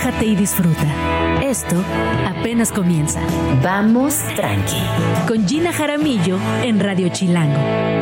relájate y disfruta. Esto apenas comienza. Vamos tranqui. Con Gina Jaramillo en Radio Chilango.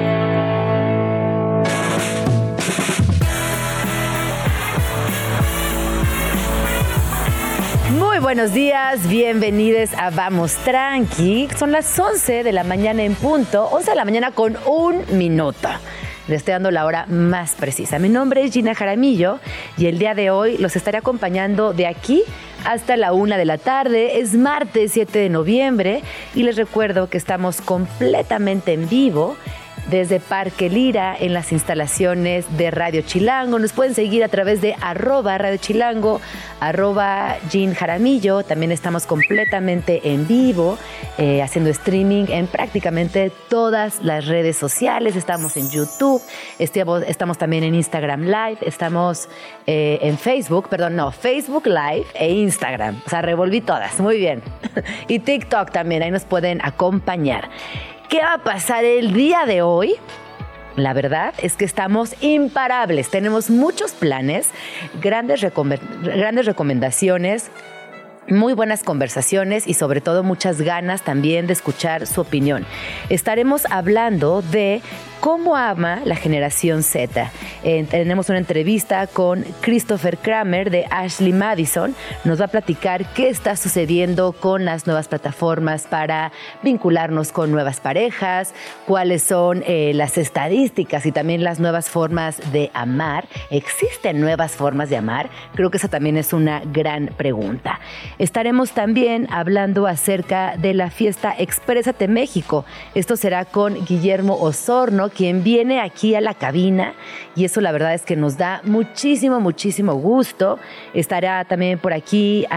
Muy buenos días, bienvenidos a Vamos Tranqui. Son las 11 de la mañana en punto, 11 de la mañana con 1 minuto. Le estoy dando la hora más precisa. Mi nombre es Gina Jaramillo y el día de hoy los estaré acompañando de aquí hasta la 1 de la tarde. Es martes 7 de noviembre y les recuerdo que estamos completamente en vivo desde Parque Lira, en las instalaciones de Radio Chilango. Nos pueden seguir a través de @Radio Chilango, @Gin Jaramillo. También estamos completamente en vivo, haciendo streaming en prácticamente todas las redes sociales. Estamos en YouTube, estamos también en Instagram Live, estamos en Facebook Live e Instagram. O sea, revolví todas, muy bien. Y TikTok también, ahí nos pueden acompañar. ¿Qué va a pasar el día de hoy? La verdad es que estamos imparables. Tenemos muchos planes, grandes recomendaciones, muy buenas conversaciones y sobre todo muchas ganas también de escuchar su opinión. Estaremos hablando de cómo ama la generación Z. Tenemos una entrevista con Christopher Kramer de Ashley Madison. Nos va a platicar qué está sucediendo con las nuevas plataformas para vincularnos con nuevas parejas, cuáles son las estadísticas y también las nuevas formas de amar. ¿Existen nuevas formas de amar? Creo que esa también es una gran pregunta. Estaremos también hablando acerca de la fiesta Exprésate México. Esto será con Guillermo Osorno, quien viene aquí a la cabina, y eso la verdad es que nos da muchísimo gusto. Estará también por aquí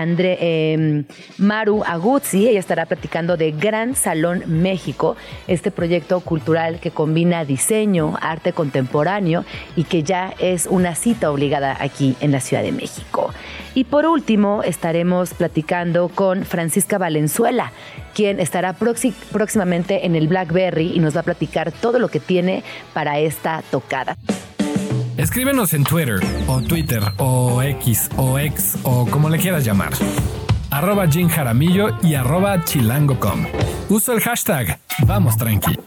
Maru Aguzzi. Ella estará platicando de Gran Salón México, este proyecto cultural que combina diseño, arte contemporáneo y que ya es una cita obligada aquí en la Ciudad de México. Y por último estaremos platicando con Francisca Valenzuela, quien estará próximamente en el Blackberry y nos va a platicar todo lo que tiene para esta tocada. Escríbenos en Twitter o X o como le quieras llamar. @Gin Jaramillo y @chilango.com. Uso el hashtag Vamos Tranqui.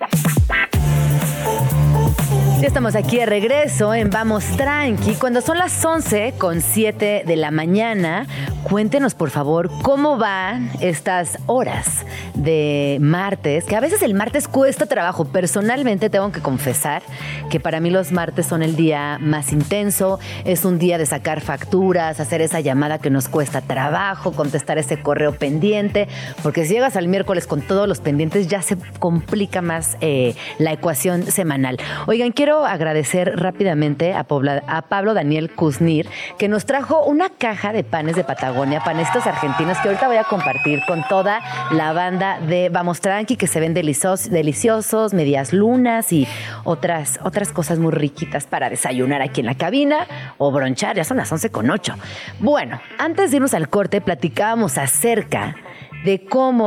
Ya estamos aquí de regreso en Vamos Tranqui. Cuando son las 11:07 de la mañana, cuéntenos por favor cómo van estas horas de martes, que a veces el martes cuesta trabajo. Personalmente tengo que confesar que para mí los martes son el día más intenso. Es un día de sacar facturas, hacer esa llamada que nos cuesta trabajo, contestar ese correo pendiente, porque si llegas al miércoles con todos los pendientes ya se complica más la ecuación semanal. Oigan, quiero agradecer rápidamente a Pablo Daniel Kuznir, que nos trajo una caja de panes de Patagonia, panecitos argentinos, que ahorita voy a compartir con toda la banda de Vamos Tranqui, que se ven deliciosos, medias lunas y otras cosas muy riquitas para desayunar aquí en la cabina o bronchar. Ya son las 11:08. Bueno, antes de irnos al corte, platicábamos acerca de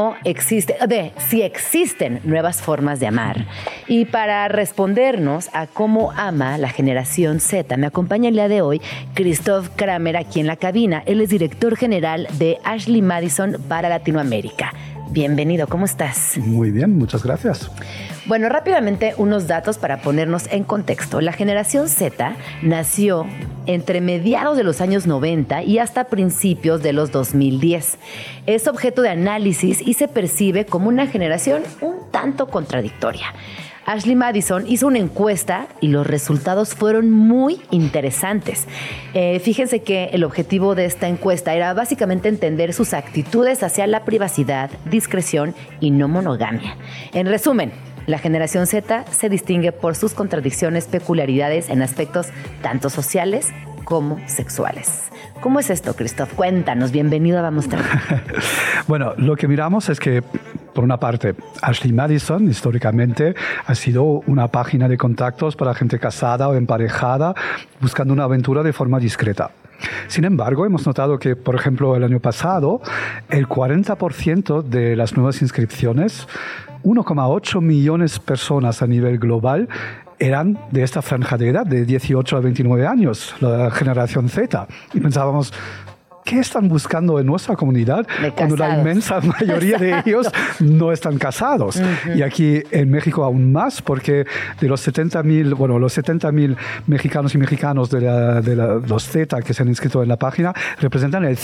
si existen nuevas formas de amar. Y para respondernos a cómo ama la generación Z, me acompaña el día de hoy Christopher Kramer aquí en la cabina. Él es director general de Ashley Madison para Latinoamérica. Bienvenido, ¿cómo estás? Muy bien, muchas gracias. Bueno, rápidamente unos datos para ponernos en contexto. La generación Z nació entre mediados de los años 90 y hasta principios de los 2010. Es objeto de análisis y se percibe como una generación un tanto contradictoria. Ashley Madison hizo una encuesta y los resultados fueron muy interesantes. Fíjense que el objetivo de esta encuesta era básicamente entender sus actitudes hacia la privacidad, discreción y no monogamia. En resumen, la generación Z se distingue por sus contradicciones, peculiaridades en aspectos tanto sociales como sexuales. ¿Cómo es esto, Christoph? Cuéntanos, bienvenido a Vamos Tranqui. Bueno, lo que miramos es que, por una parte, Ashley Madison históricamente ha sido una página de contactos para gente casada o emparejada buscando una aventura de forma discreta. Sin embargo, hemos notado que, por ejemplo, el año pasado, el 40% de las nuevas inscripciones, 1,8 millones de personas a nivel global, eran de esta franja de edad, de 18 a 29 años, la generación Z. Y pensábamos, ¿qué están buscando en nuestra comunidad cuando la inmensa mayoría de ellos no están casados? Y aquí en México aún más, porque de los 70.000 mexicanos y mexicanos de los Z que se han inscrito en la página, representan el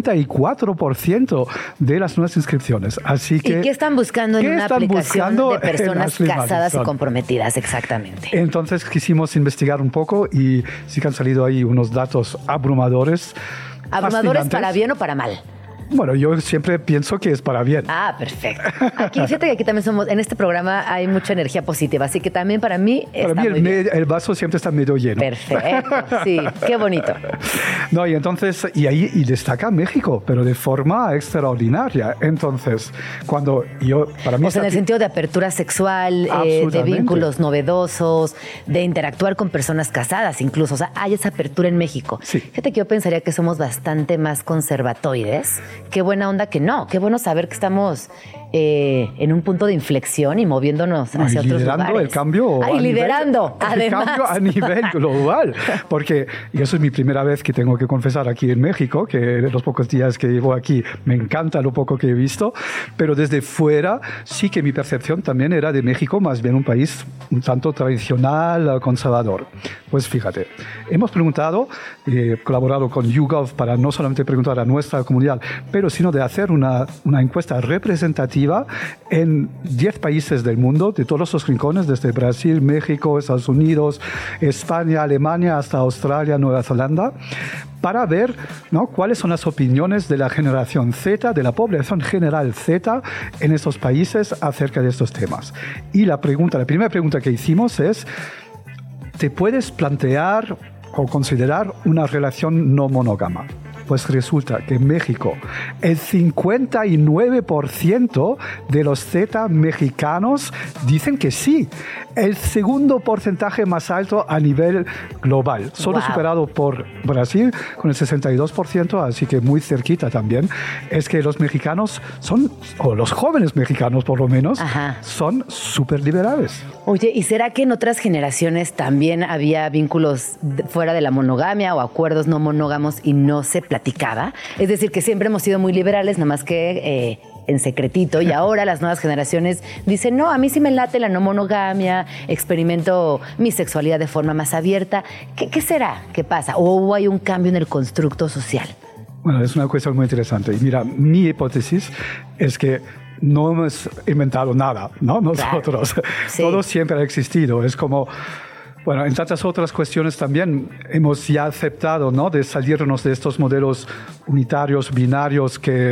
54% de las nuevas inscripciones. Así que, ¿y qué están buscando en una aplicación de personas casadas y comprometidas? Exactamente. Entonces quisimos investigar un poco y sí que han salido ahí unos datos abrumadores. ¿Abrumadores para bien o para mal? Bueno, yo siempre pienso que es para bien. Ah, perfecto. Aquí, fíjate que aquí también en este programa hay mucha energía positiva, así que también para mí el vaso siempre está medio lleno. Perfecto, sí, qué bonito. No, y entonces, y destaca México, pero de forma extraordinaria. Entonces, para mí... O sea, en el sentido de apertura sexual, de vínculos novedosos, de interactuar con personas casadas incluso, o sea, hay esa apertura en México. Sí. Fíjate que yo pensaría que somos bastante más conservatoides. Qué buena onda que no. Qué bueno saber que estamos en un punto de inflexión y moviéndonos hacia otros lugares. Liderando el cambio. Liderando, además. El cambio a nivel global. Porque, y eso es mi primera vez que tengo que confesar aquí en México, que los pocos días que llevo aquí me encanta lo poco que he visto, pero desde fuera sí que mi percepción también era de México más bien un país un tanto tradicional, conservador. Pues fíjate, hemos preguntado, colaborado con YouGov para no solamente preguntar a nuestra comunidad, pero sino de hacer una encuesta representativa en 10 países del mundo, de todos los rincones, desde Brasil, México, Estados Unidos, España, Alemania, hasta Australia, Nueva Zelanda, para ver, ¿no?, cuáles son las opiniones de la generación Z, de la población general Z en estos países acerca de estos temas. Y la primera pregunta que hicimos es, ¿te puedes plantear o considerar una relación no monógama? Pues resulta que en México el 59% de los Z mexicanos dicen que sí. El segundo porcentaje más alto a nivel global, solo superado por Brasil con el 62%, así que muy cerquita también, es que los mexicanos o los jóvenes mexicanos por lo menos, son súper liberales. Oye, ¿y será que en otras generaciones también había vínculos fuera de la monogamia o acuerdos no monógamos y no se platicaba? Es decir, que siempre hemos sido muy liberales, nada más que en secretito, y ahora las nuevas generaciones dicen, no, a mí sí me late la no monogamia, experimento mi sexualidad de forma más abierta. ¿Qué será? ¿Qué pasa? ¿O hay un cambio en el constructo social? Bueno, es una cuestión muy interesante. Y mira, mi hipótesis es que no hemos inventado nada, ¿no? Nosotros. Claro. Sí. Todo siempre ha existido. Es como... Bueno, en tantas otras cuestiones también hemos ya aceptado, ¿no?, de salirnos de estos modelos unitarios, binarios que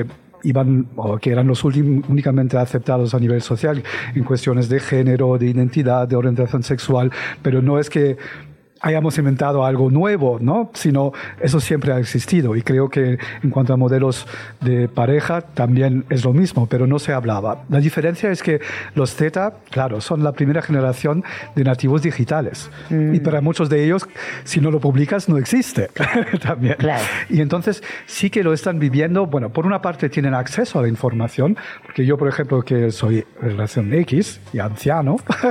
eran los únicamente aceptados a nivel social en cuestiones de género, de identidad, de orientación sexual, pero no es que hayamos inventado algo nuevo, ¿no?, sino eso siempre ha existido, y creo que en cuanto a modelos de pareja también es lo mismo, pero no se hablaba. La diferencia es que los Z, claro, son la primera generación de nativos digitales, y para muchos de ellos, si no lo publicas, no existe también. Claro. Y entonces sí que lo están viviendo. Bueno, por una parte tienen acceso a la información, porque yo, por ejemplo, que soy generación X y anciano.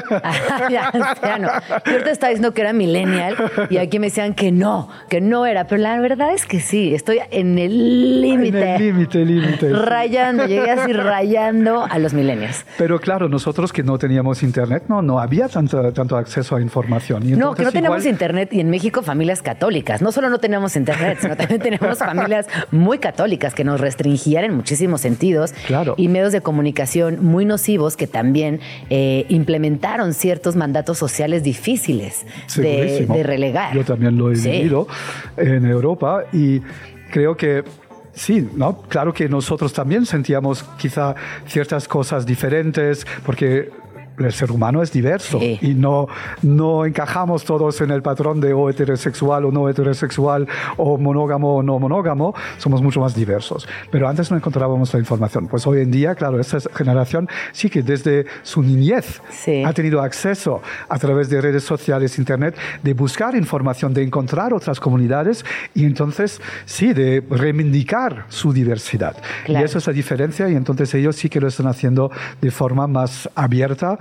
Ya, anciano. Yo ahorita estaba diciendo que era millennial, y aquí me decían que no era, pero la verdad es que sí, estoy en el límite. En el límite. Rayando, llegué así rayando a los millennials. Pero claro, nosotros que no teníamos internet, no había tanto acceso a información. Y no, que no teníamos internet, y en México familias católicas. No solo no teníamos internet, sino también teníamos familias muy católicas que nos restringían en muchísimos sentidos. Claro. Y medios de comunicación muy nocivos que también implementaron ciertos mandatos sociales difíciles de relegar. Yo también lo he vivido en Europa, y creo que sí, ¿no? Claro que nosotros también sentíamos quizá ciertas cosas diferentes, porque el ser humano es diverso, y no encajamos todos en el patrón de o heterosexual o no heterosexual, o monógamo o no monógamo. Somos mucho más diversos. Pero antes no encontrábamos la información. Pues hoy en día, claro, esta generación sí que desde su niñez ha tenido acceso a través de redes sociales, internet, de buscar información, de encontrar otras comunidades, y entonces sí, de reivindicar su diversidad. Claro. Y esa es la diferencia, y entonces ellos sí que lo están haciendo de forma más abierta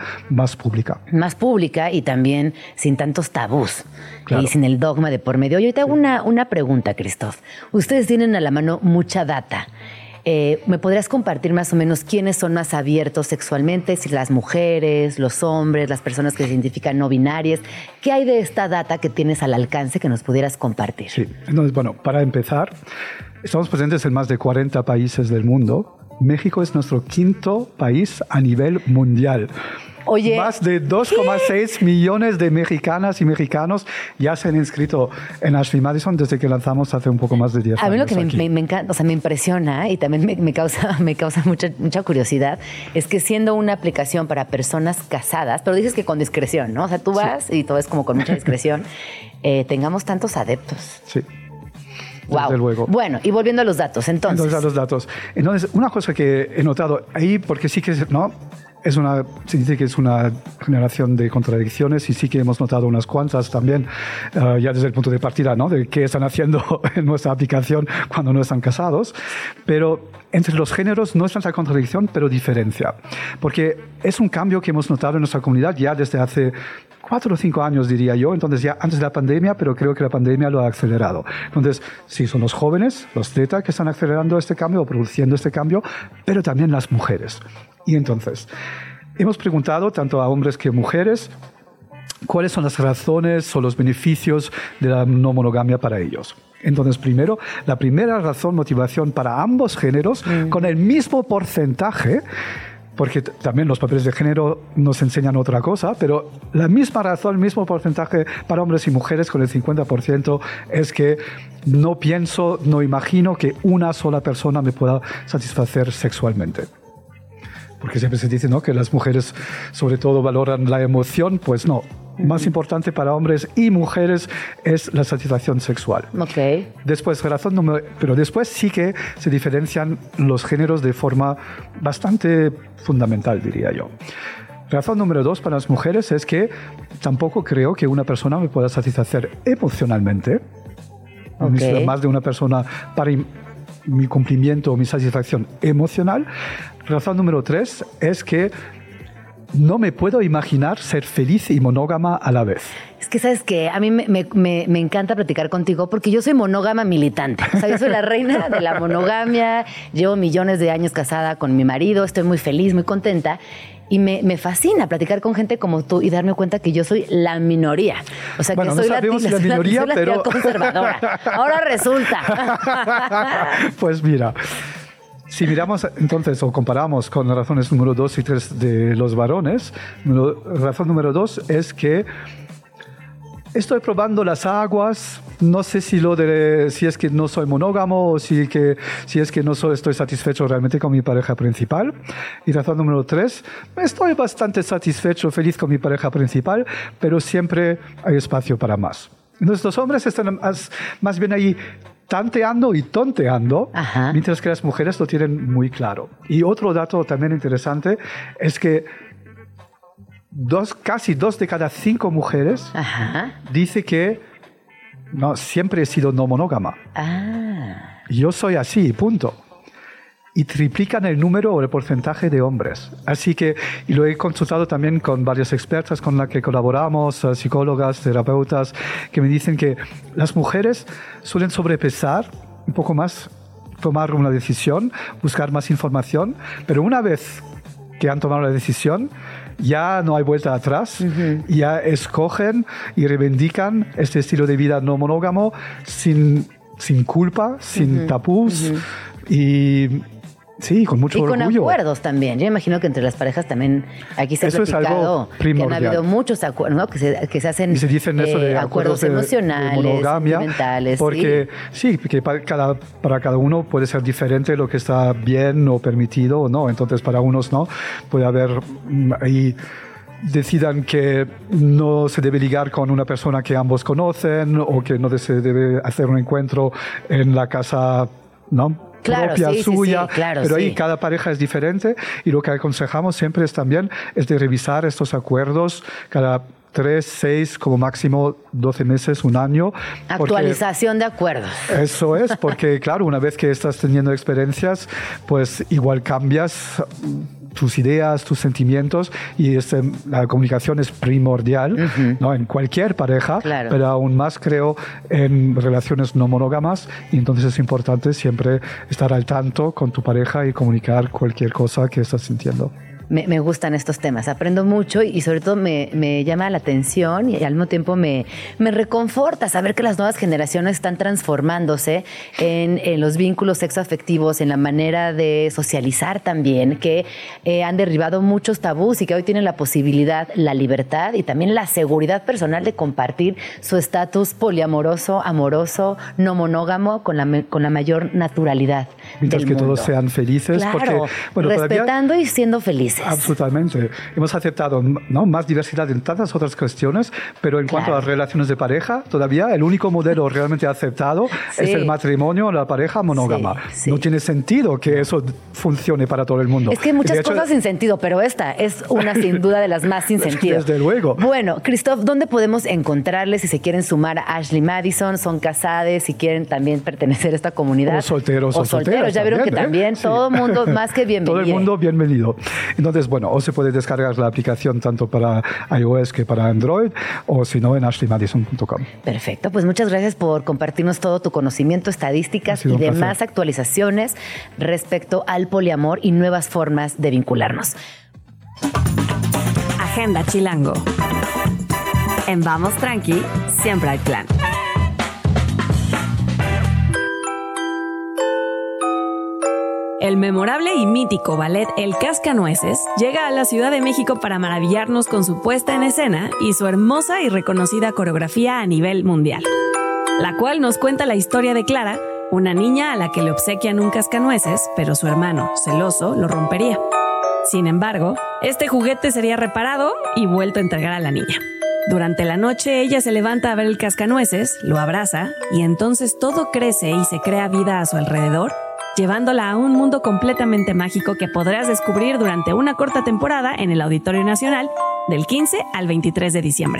más pública. Más pública y también sin tantos tabús. Claro. Y sin el dogma de por medio. Yo te hago una pregunta, Christoph. Ustedes tienen a la mano mucha data. ¿Me podrías compartir más o menos quiénes son más abiertos sexualmente? Si las mujeres, los hombres, las personas que se identifican no binarias. ¿Qué hay de esta data que tienes al alcance que nos pudieras compartir? Sí, entonces, bueno, para empezar, estamos presentes en más de 40 países del mundo. México es nuestro 5º país a nivel mundial. Oye, más de 2,6 millones de mexicanas y mexicanos ya se han inscrito en Ashley Madison desde que lanzamos hace un poco más de 10 años. A mí lo que me encanta, o sea, me impresiona y también me causa mucha curiosidad es que siendo una aplicación para personas casadas, pero dices que con discreción, ¿no? O sea, tú vas y todo es como con mucha discreción, tengamos tantos adeptos. Sí. Wow. Desde luego. Bueno, y volviendo a los datos, entonces. A los datos. Entonces, una cosa que he notado ahí, porque sí que, ¿no? Se dice que es una generación de contradicciones y sí que hemos notado unas cuantas también, ya desde el punto de partida, ¿no? De qué están haciendo en nuestra aplicación cuando no están casados. Pero entre los géneros no es tanta contradicción, pero diferencia. Porque es un cambio que hemos notado en nuestra comunidad ya desde hace 4 o 5 años, diría yo, entonces ya antes de la pandemia, pero creo que la pandemia lo ha acelerado. Entonces, sí, son los jóvenes, los Z, que están acelerando este cambio o produciendo este cambio, pero también las mujeres. Y entonces, hemos preguntado tanto a hombres que a mujeres cuáles son las razones o los beneficios de la no monogamia para ellos. Entonces, primero, la primera razón, motivación para ambos géneros, con el mismo porcentaje, porque también los papeles de género nos enseñan otra cosa, pero la misma razón, el mismo porcentaje para hombres y mujeres con el 50% es que no pienso, no imagino que una sola persona me pueda satisfacer sexualmente. Porque siempre se dice, ¿no?, que las mujeres sobre todo valoran la emoción, pues no. Más importante para hombres y mujeres es la satisfacción sexual. Okay. Después, pero después sí que se diferencian los géneros de forma bastante fundamental, diría yo. Razón número 2 para las mujeres es que tampoco creo que una persona me pueda satisfacer emocionalmente. Okay. Más de una persona para mi cumplimiento o mi satisfacción emocional. Razón número 3 es que no me puedo imaginar ser feliz y monógama a la vez. Es que, ¿sabes qué? A mí me encanta platicar contigo porque yo soy monógama militante. O sea, yo soy la reina de la monogamia, llevo millones de años casada con mi marido, estoy muy feliz, muy contenta. Y me fascina platicar con gente como tú y darme cuenta que yo soy la minoría. O sea, bueno, que soy la minoría, soy la tía conservadora. Ahora resulta. Pues mira, si miramos entonces o comparamos con las razones número 2 y 3 de los varones, razón número 2 es que estoy probando las aguas, no sé si es que no soy monógamo o si es que no estoy satisfecho realmente con mi pareja principal. Y razón número 3, estoy bastante satisfecho, feliz con mi pareja principal, pero siempre hay espacio para más. Entonces los hombres están más bien ahí tanteando y tonteando, ajá, mientras que las mujeres lo tienen muy claro. Y otro dato también interesante es que casi 2 de cada 5 mujeres, ajá, dice que no, siempre he sido no monógama. Ah. Yo soy así, punto. Y triplican el número o el porcentaje de hombres. Así que, y lo he consultado también con varias expertas con las que colaboramos, psicólogas, terapeutas, que me dicen que las mujeres suelen sobrepesar un poco más, tomar una decisión, buscar más información, pero una vez que han tomado la decisión, ya no hay vuelta atrás, ya escogen y reivindican este estilo de vida no monógamo sin culpa, sin tabús y sí, con mucho orgullo. Y con acuerdos también. Yo imagino que entre las parejas también aquí se ha platicado que han habido muchos acuerdos, ¿no? que se hacen y se dicen eso de acuerdos emocionales, de monogamia, sentimentales. Porque sí, que para cada uno puede ser diferente lo que está bien o permitido o no. Entonces para unos no, puede haber ahí decidan que no se debe ligar con una persona que ambos conocen o que no se debe hacer un encuentro en la casa, ¿no?, propia, sí, suya, sí, claro, pero ahí sí, cada pareja es diferente y lo que aconsejamos siempre es de revisar estos acuerdos cada 3, 6, como máximo 12 meses, un año. Actualización de acuerdos. Eso es, porque claro, una vez que estás teniendo experiencias, pues igual cambias tus ideas, tus sentimientos, y la comunicación es primordial, ¿no? En cualquier pareja, claro, pero aún más creo en relaciones no monógamas, y entonces es importante siempre estar al tanto con tu pareja y comunicar cualquier cosa que estás sintiendo. Me gustan estos temas, aprendo mucho y sobre todo me llama la atención y al mismo tiempo me reconforta saber que las nuevas generaciones están transformándose en los vínculos sexoafectivos, en la manera de socializar también, que han derribado muchos tabús y que hoy tienen la posibilidad, la libertad y también la seguridad personal de compartir su estatus poliamoroso, amoroso, no monógamo con la mayor naturalidad. Mientras del que mundo. todos sean felices. Claro, porque, bueno, respetando y siendo felices. Absolutamente. Hemos aceptado, ¿no?, más diversidad en tantas otras cuestiones, pero en cuanto a las relaciones de pareja, todavía el único modelo realmente aceptado es el matrimonio o la pareja monógama. Sí. No tiene sentido que eso funcione para todo el mundo. Es que hay muchas cosas sin sentido, pero esta es una sin duda de las más sin sentido. Desde luego. Bueno, Christoph, ¿dónde podemos encontrarles si se quieren sumar a Ashley Madison? ¿Son casados? Si quieren también pertenecer a esta comunidad. O solteros. Ya vieron que también Sí. todo el mundo más que bienvenido. Todo el mundo bienvenido. Entonces, bueno, o se puede descargar la aplicación tanto para iOS que para Android, o si no, en ashleymadison.com. Perfecto, pues muchas gracias por compartirnos todo tu conocimiento, estadísticas y demás actualizaciones respecto al poliamor y nuevas formas de vincularnos. Agenda Chilango. En Vamos Tranqui, siempre hay plan. El memorable y mítico ballet El Cascanueces llega a la Ciudad de México para maravillarnos con su puesta en escena y su hermosa y reconocida coreografía a nivel mundial, la cual nos cuenta la historia de Clara, una niña a la que le obsequian un cascanueces, pero su hermano, celoso, lo rompería. Sin embargo, este juguete sería reparado y vuelto a entregar a la niña. Durante la noche ella se levanta a ver el cascanueces, lo abraza y entonces todo crece y se crea vida a su alrededor, llevándola a un mundo completamente mágico que podrás descubrir durante una corta temporada en el Auditorio Nacional del 15 al 23 de diciembre.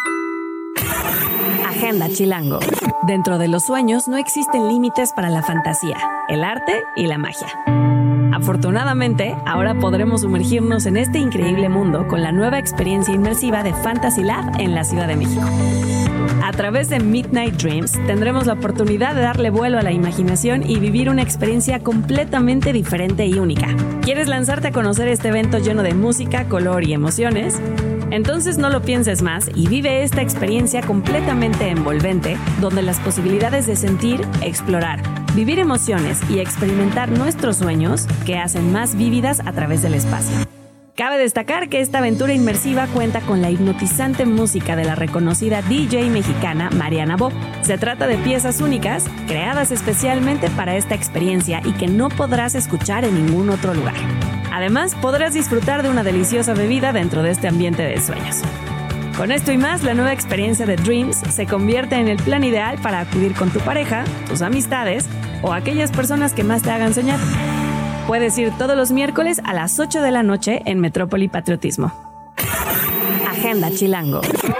Agenda Chilango. Dentro de los sueños no existen límites para la fantasía, el arte y la magia. Afortunadamente, ahora podremos sumergirnos en este increíble mundo con la nueva experiencia inmersiva de Fantasy Lab en la Ciudad de México. A través de Midnight Dreams tendremos la oportunidad de darle vuelo a la imaginación y vivir una experiencia completamente diferente y única. ¿Quieres lanzarte a conocer este evento lleno de música, color y emociones? Entonces no lo pienses más y vive esta experiencia completamente envolvente, donde las posibilidades de sentir, explorar, vivir emociones y experimentar nuestros sueños que hacen más vívidas a través del espacio. Cabe destacar que esta aventura inmersiva cuenta con la hipnotizante música de la reconocida DJ mexicana Mariana Bo. Se trata de piezas únicas, creadas especialmente para esta experiencia y que no podrás escuchar en ningún otro lugar. Además, podrás disfrutar de una deliciosa bebida dentro de este ambiente de sueños. Con esto y más, la nueva experiencia de Dreams se convierte en el plan ideal para acudir con tu pareja, tus amistades o aquellas personas que más te hagan soñar. Puedes ir todos los miércoles a las 8 de la noche en Metrópoli Patriotismo. Agenda Chilango.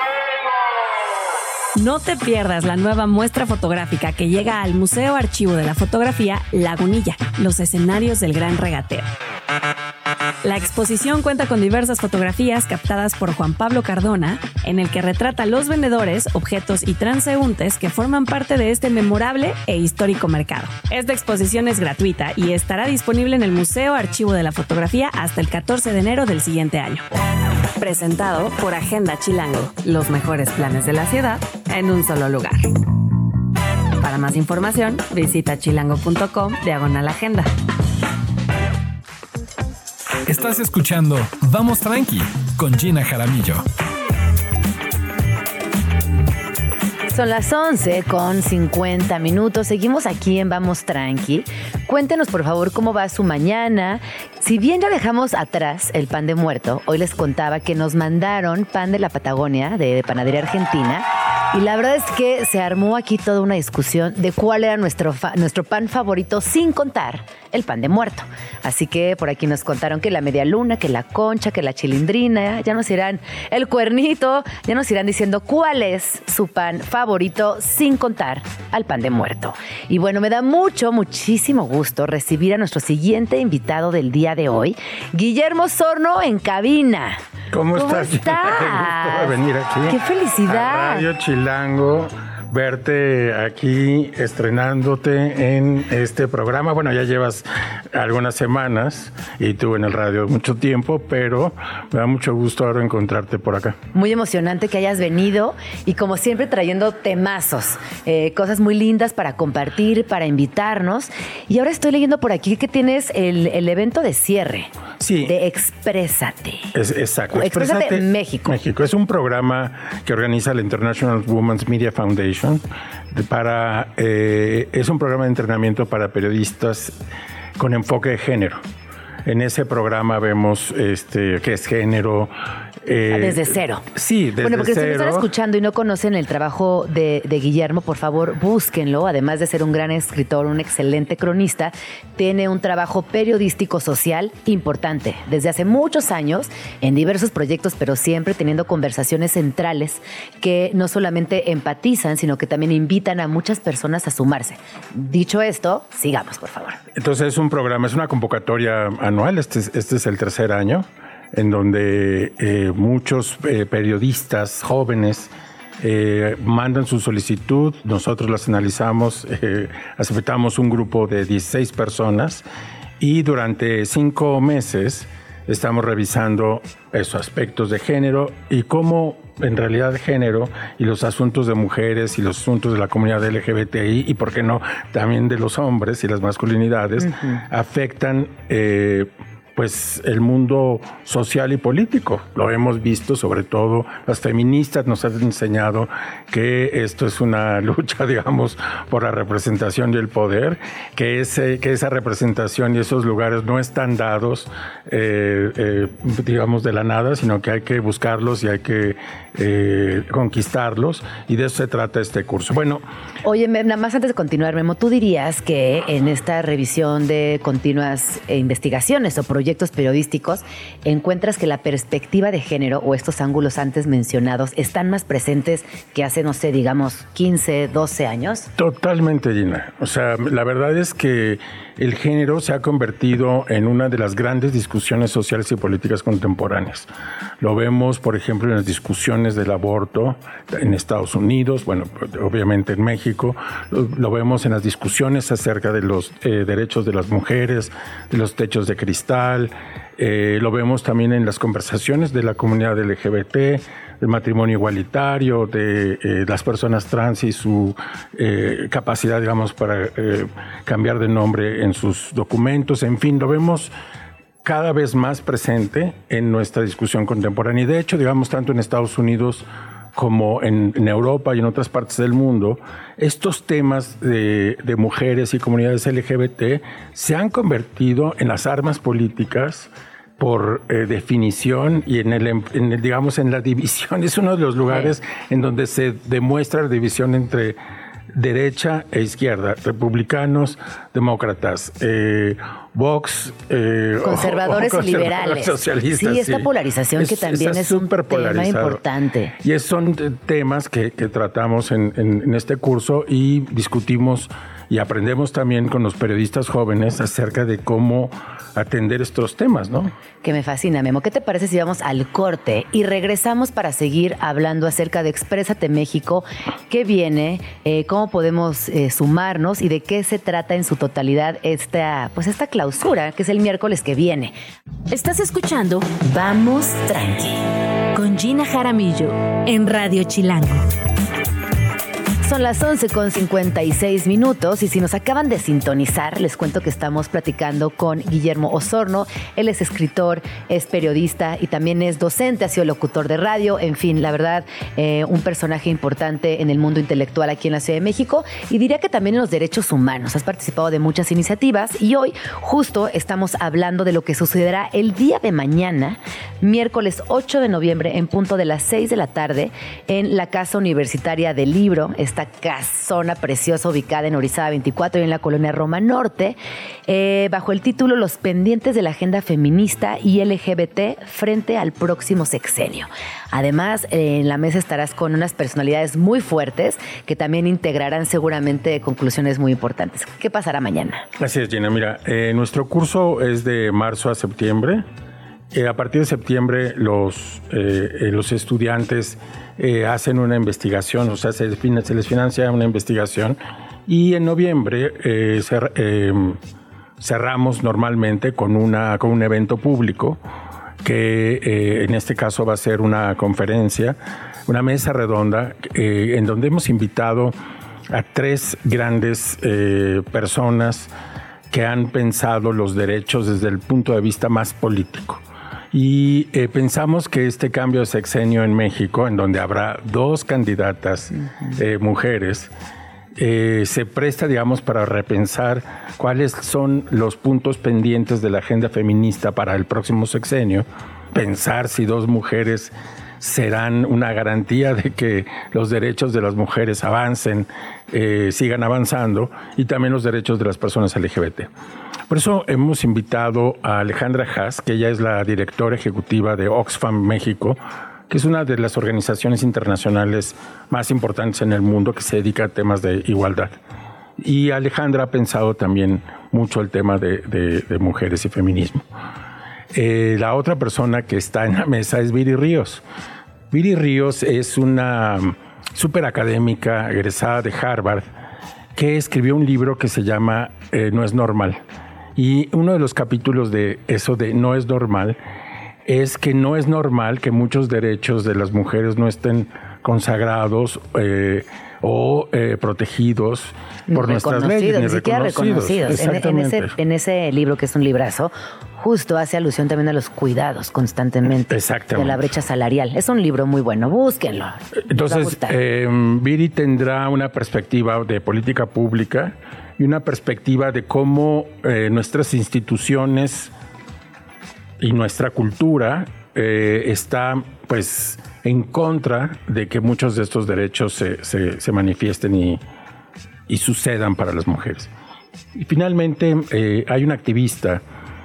No te pierdas la nueva muestra fotográfica que llega al Museo Archivo de la Fotografía Lagunilla, los escenarios del Gran Regateo. La exposición cuenta con diversas fotografías captadas por Juan Pablo Cardona, en el que retrata los vendedores, objetos y transeúntes que forman parte de este memorable e histórico mercado. Esta exposición es gratuita y estará disponible en el Museo Archivo de la Fotografía hasta el 14 de enero del siguiente año. Presentado por Agenda Chilango, los mejores planes de la ciudad en un solo lugar. Para más información, visita chilango.com/agenda. Estás escuchando Vamos Tranqui con Gina Jaramillo. Son las 11:50. Seguimos aquí en Vamos Tranqui. Cuéntenos, por favor, cómo va su mañana. Si bien ya dejamos atrás el pan de muerto, hoy les contaba que nos mandaron pan de la Patagonia, de Panadería Argentina, Y la verdad es que se armó aquí toda una discusión de cuál era nuestro pan favorito, sin contar el pan de muerto. Así que por aquí nos contaron que la media luna, que la concha, que la chilindrina, ya nos irán el cuernito, ya nos irán diciendo cuál es su pan favorito, sin contar al pan de muerto. Y bueno, me da muchísimo gusto recibir a nuestro siguiente invitado del día de hoy, Guillermo Sorno en cabina. ¿Cómo estás? Qué gusto de venir aquí. ¡Qué felicidad! A Radio Chilango, verte aquí estrenándote en este programa. Bueno, ya llevas algunas semanas y tú en el radio mucho tiempo, pero me da mucho gusto ahora encontrarte por acá. Muy emocionante que hayas venido y como siempre trayendo temazos, cosas muy lindas para compartir, para invitarnos. Y ahora estoy leyendo por aquí que tienes el evento de cierre. Sí. De Exprésate. Exacto. Exprésate México. México. Es un programa que organiza la International Women's Media Foundation. Es un programa de entrenamiento para periodistas con enfoque de género. En ese programa vemos qué es género. Desde cero. Sí, desde cero. Bueno, porque si me están escuchando y no conocen el trabajo de Guillermo, por favor, búsquenlo. Además de ser un gran escritor, un excelente cronista, tiene un trabajo periodístico social importante. Desde hace muchos años, en diversos proyectos, pero siempre teniendo conversaciones centrales que no solamente empatizan, sino que también invitan a muchas personas a sumarse. Dicho esto, sigamos, por favor. Entonces es un programa, es una convocatoria anual. Este es el tercer año, en donde muchos periodistas jóvenes mandan su solicitud, nosotros las analizamos, aceptamos un grupo de 16 personas y durante 5 meses estamos revisando esos aspectos de género y cómo en realidad género y los asuntos de mujeres y los asuntos de la comunidad LGBTI y por qué no también de los hombres y las masculinidades afectan pues el mundo social y político. Lo hemos visto, sobre todo las feministas nos han enseñado que esto es una lucha, digamos, por la representación y el poder, que esa representación y esos lugares no están dados, digamos, de la nada, sino que hay que buscarlos y hay que conquistarlos, y de eso se trata este curso. Bueno. Oye, nada más antes de continuar, Memo, ¿tú dirías que en esta revisión de continuas investigaciones o proyectos periodísticos encuentras que la perspectiva de género o estos ángulos antes mencionados están más presentes que hace, no sé, digamos 15, 12 años? Totalmente, Gina. O sea, la verdad es que el género se ha convertido en una de las grandes discusiones sociales y políticas contemporáneas. Lo vemos, por ejemplo, en las discusiones del aborto en Estados Unidos, bueno, obviamente en México. Lo vemos en las discusiones acerca de los derechos de las mujeres, de los techos de cristal. Lo vemos también en las conversaciones de la comunidad LGBT, del matrimonio igualitario, de las personas trans y su capacidad, digamos, para cambiar de nombre en sus documentos. En fin, lo vemos cada vez más presente en nuestra discusión contemporánea. Y de hecho, digamos, tanto en Estados Unidos como en Europa y en otras partes del mundo, estos temas de mujeres y comunidades LGBT se han convertido en las armas políticas por definición y digamos, en la división. Es uno de los lugares en donde se demuestra la división entre derecha e izquierda, republicanos, demócratas, Vox, conservadores y liberales, socialistas. Sí, esta polarización que también es un tema importante. Y son temas que tratamos en este curso y discutimos y aprendemos también con los periodistas jóvenes acerca de cómo atender estos temas, ¿no? Que me fascina, Memo. ¿Qué te parece si vamos al corte y regresamos para seguir hablando acerca de Exprésate México? ¿Qué viene? ¿Cómo podemos sumarnos? ¿Y de qué se trata en su totalidad esta clausura, que es el miércoles que viene? Estás escuchando Vamos Tranqui con Gina Jaramillo en Radio Chilango. Son las 11:56 y si nos acaban de sintonizar, les cuento que estamos platicando con Guillermo Osorno. Él es escritor, es periodista y también es docente, ha sido locutor de radio. En fin, la verdad, un personaje importante en el mundo intelectual aquí en la Ciudad de México y diría que también en los derechos humanos. Has participado de muchas iniciativas y hoy justo estamos hablando de lo que sucederá el día de mañana, miércoles 8 de noviembre, en punto de las 6 de la tarde, en la Casa Universitaria del Libro, esta casona preciosa ubicada en Orizaba 24 y en la colonia Roma Norte, bajo el título Los pendientes de la agenda feminista y LGBT frente al próximo sexenio. Además, en la mesa estarás con unas personalidades muy fuertes que también integrarán seguramente conclusiones muy importantes. ¿Qué pasará mañana? Así es, Gina. Mira, nuestro curso es de marzo a septiembre. A partir de septiembre los estudiantes hacen una investigación, o sea, se les financia una investigación y en noviembre cerramos normalmente con un evento público que en este caso va a ser una conferencia, una mesa redonda en donde hemos invitado a 3 grandes personas que han pensado los derechos desde el punto de vista más político. Y pensamos que este cambio de sexenio en México, en donde habrá 2 candidatas mujeres, se presta, digamos, para repensar cuáles son los puntos pendientes de la agenda feminista para el próximo sexenio, pensar si 2 mujeres serán una garantía de que los derechos de las mujeres avancen, sigan avanzando, y también los derechos de las personas LGBT. Por eso hemos invitado a Alejandra Haas, que ella es la directora ejecutiva de Oxfam México, que es una de las organizaciones internacionales más importantes en el mundo que se dedica a temas de igualdad. Y Alejandra ha pensado también mucho el tema de mujeres y feminismo. La otra persona que está en la mesa es Viri Ríos. Viri Ríos es una superacadémica egresada de Harvard que escribió un libro que se llama No es normal. Y uno de los capítulos de eso de No es normal es que no es normal que muchos derechos de las mujeres no estén consagrados o protegidos por nuestras leyes, ni siquiera reconocidos. En ese libro, que es un librazo, justo hace alusión también a los cuidados constantemente de la brecha salarial. Es un libro muy bueno, búsquenlo. Entonces, Viri tendrá una perspectiva de política pública y una perspectiva de cómo nuestras instituciones y nuestra cultura está, pues, en contra de que muchos de estos derechos se manifiesten y sucedan para las mujeres. Y finalmente hay un activista,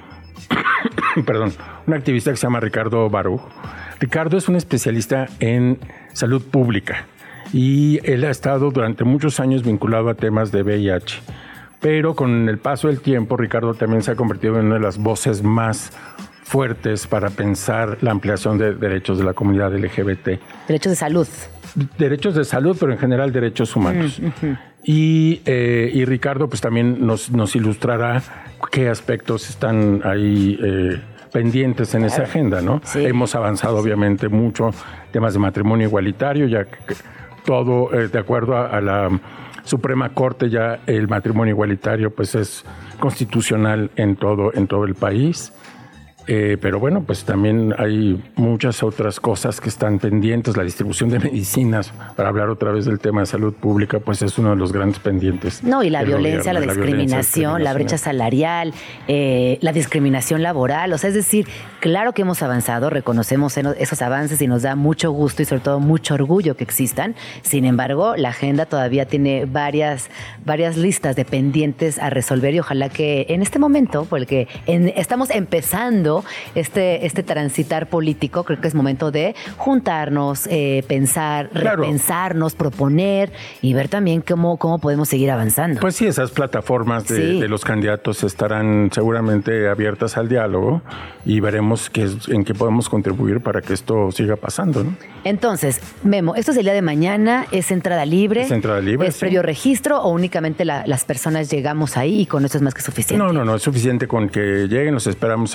un activista que se llama Ricardo Baruch. Ricardo es un especialista en salud pública y él ha estado durante muchos años vinculado a temas de VIH. Pero con el paso del tiempo, Ricardo también se ha convertido en una de las voces más fuertes para pensar la ampliación de derechos de la comunidad LGBT. Derechos de salud. Derechos de salud, pero en general derechos humanos. Y Ricardo pues también nos ilustrará qué aspectos están ahí pendientes en esa agenda, ¿no? Sí. Hemos avanzado obviamente mucho temas de matrimonio igualitario, ya que todo de acuerdo a la Suprema Corte, ya el matrimonio igualitario pues es constitucional en todo el país. Pero bueno, pues también hay muchas otras cosas que están pendientes. La distribución de medicinas, para hablar otra vez del tema de salud pública, pues es uno de los grandes pendientes. No, y la violencia, la discriminación, la brecha salarial, la discriminación laboral. O sea, es decir, claro que hemos avanzado, reconocemos esos avances y nos da mucho gusto y sobre todo mucho orgullo que existan. Sin embargo, la agenda todavía tiene varias listas de pendientes a resolver y ojalá que en este momento, porque estamos empezando este transitar político, creo que es momento de juntarnos, pensar, repensarnos, proponer y ver también cómo podemos seguir avanzando. Pues sí, esas plataformas de los candidatos estarán seguramente abiertas al diálogo y veremos en qué podemos contribuir para que esto siga pasando, ¿no? Entonces, Memo, esto es el día de mañana, ¿es entrada libre? Es entrada libre. ¿Es previo registro o únicamente las personas llegamos ahí y con eso es más que suficiente? No, es suficiente con que lleguen, los esperamos ahí en la Casa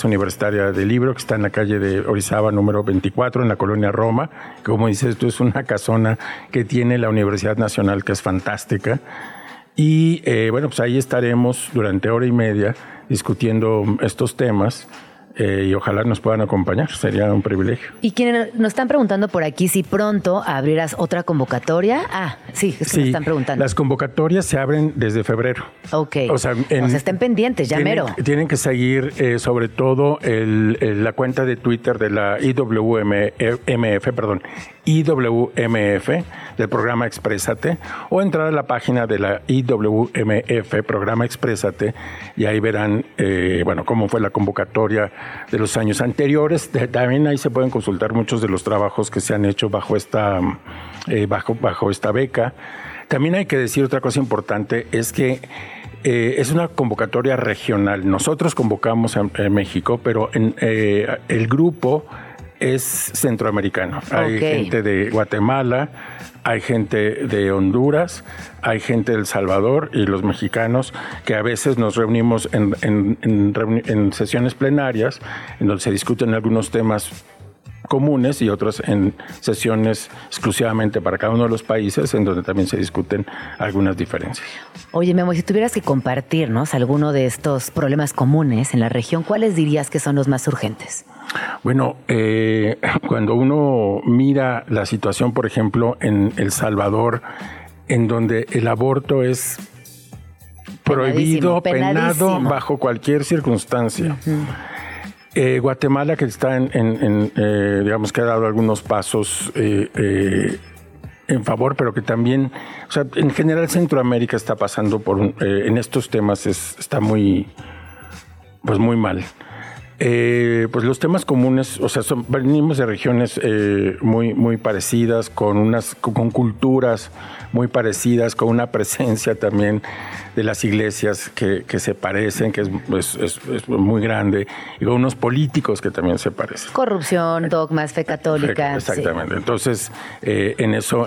Casa Universitaria del Libro, que está en la calle de Orizaba, número 24, en la colonia Roma. Como dices, esto es una casona que tiene la Universidad Nacional, que es fantástica. Y bueno, pues ahí estaremos durante hora y media discutiendo estos temas. Y ojalá nos puedan acompañar, sería un privilegio. Y quienes nos están preguntando por aquí si pronto abrirás otra convocatoria. Sí, es que me están preguntando. Las convocatorias se abren desde febrero. Ok, o sea, estén pendientes, ya mero. Tienen que seguir sobre todo la cuenta de Twitter de la IWMF, del programa Exprésate, o entrar a la página de la IWMF, programa Exprésate, y ahí verán bueno, cómo fue la convocatoria de los años anteriores. También ahí se pueden consultar muchos de los trabajos que se han hecho bajo esta beca. También hay que decir otra cosa importante, es que es una convocatoria regional. Nosotros convocamos en México, pero el grupo es centroamericano. Hay gente de Guatemala, hay gente de Honduras, hay gente de El Salvador y los mexicanos, que a veces nos reunimos en sesiones plenarias en donde se discuten algunos temas comunes y otros en sesiones exclusivamente para cada uno de los países, en donde también se discuten algunas diferencias. Oye, Memo, si tuvieras que compartirnos alguno de estos problemas comunes en la región, ¿cuáles dirías que son los más urgentes? Bueno, cuando uno mira la situación, por ejemplo, en El Salvador, en donde el aborto es prohibido, penado bajo cualquier circunstancia. Guatemala, que está digamos que ha dado algunos pasos en favor, pero que también, o sea, en general Centroamérica está pasando por en estos temas está muy mal. Pues los temas comunes, o sea, venimos de regiones muy parecidas, con culturas muy parecidas, con una presencia también de las iglesias que se parecen, que es muy grande, y con unos políticos que también se parecen. Corrupción, dogmas, fe católica. Exactamente. Sí. Entonces, en eso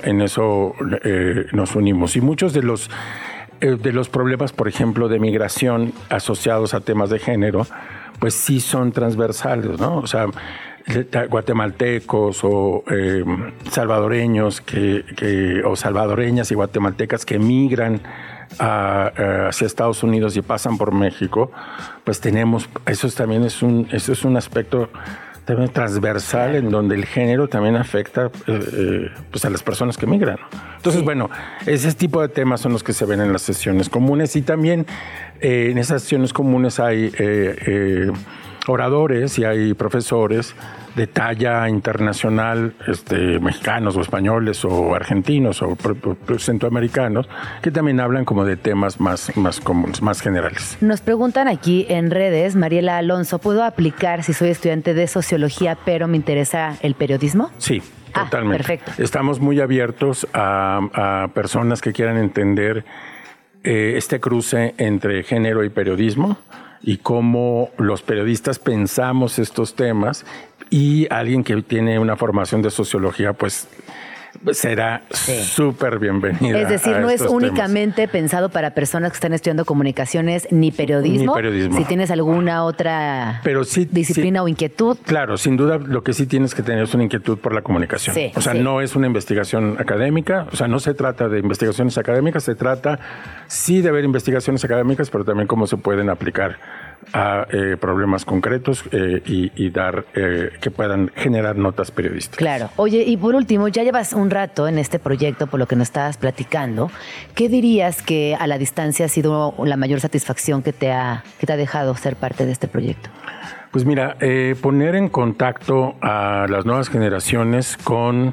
nos unimos. Y muchos de los problemas, por ejemplo, de migración asociados a temas de género, pues sí son transversales, ¿no? O sea, guatemaltecos o salvadoreños o salvadoreñas y guatemaltecas que emigran hacia Estados Unidos y pasan por México, pues eso también es un aspecto también transversal, en donde el género también afecta pues a las personas que migran. Entonces, bueno, ese tipo de temas son los que se ven en las sesiones comunes, y también en esas sesiones comunes hay oradores y hay profesores de talla internacional, mexicanos o españoles o argentinos o centroamericanos, que también hablan como de temas más comunes, más generales. Nos preguntan aquí en redes, Mariela Alonso, ¿puedo aplicar si soy estudiante de sociología pero me interesa el periodismo? Sí. Totalmente. Perfecto. Estamos muy abiertos a personas que quieran entender este cruce entre género y periodismo, y cómo los periodistas pensamos estos temas, y alguien que tiene una formación de sociología, pues será súper bienvenida. Es decir, no es únicamente pensado para personas que están estudiando comunicaciones ni periodismo. Si tienes alguna otra disciplina o inquietud. Claro, sin duda, lo que sí tienes que tener es una inquietud por la comunicación. O sea, no es una investigación académica, o sea, no se trata de investigaciones académicas, se trata sí de ver investigaciones académicas, pero también cómo se pueden aplicar a problemas concretos y dar que puedan generar notas periodísticas. Claro. Oye, y por último, ya llevas un rato en este proyecto, por lo que nos estabas platicando. ¿Qué dirías que a la distancia ha sido la mayor satisfacción que te ha dejado ser parte de este proyecto? Pues mira, poner en contacto a las nuevas generaciones con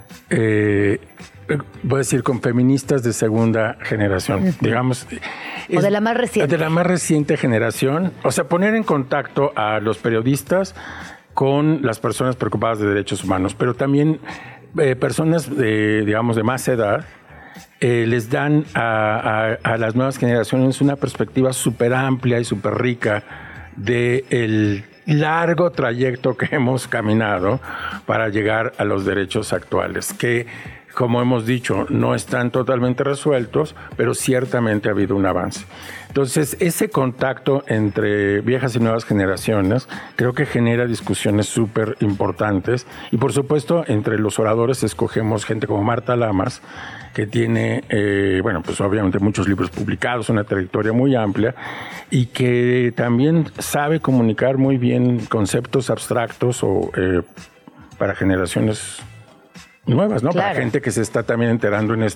voy a decir, con feministas de segunda generación, digamos. O de la más reciente. De la más reciente generación. O sea, poner en contacto a los periodistas con las personas preocupadas de derechos humanos, pero también personas de más edad, les dan a las nuevas generaciones una perspectiva súper amplia y súper rica del largo trayecto que hemos caminado para llegar a los derechos actuales, que como hemos dicho, no están totalmente resueltos, pero ciertamente ha habido un avance. Entonces, ese contacto entre viejas y nuevas generaciones creo que genera discusiones súper importantes. Y por supuesto, entre los oradores escogemos gente como Marta Lamas, que tiene, pues obviamente muchos libros publicados, una trayectoria muy amplia y que también sabe comunicar muy bien conceptos abstractos o para generaciones nuevas, ¿no? Claro. Para gente que se está también enterando en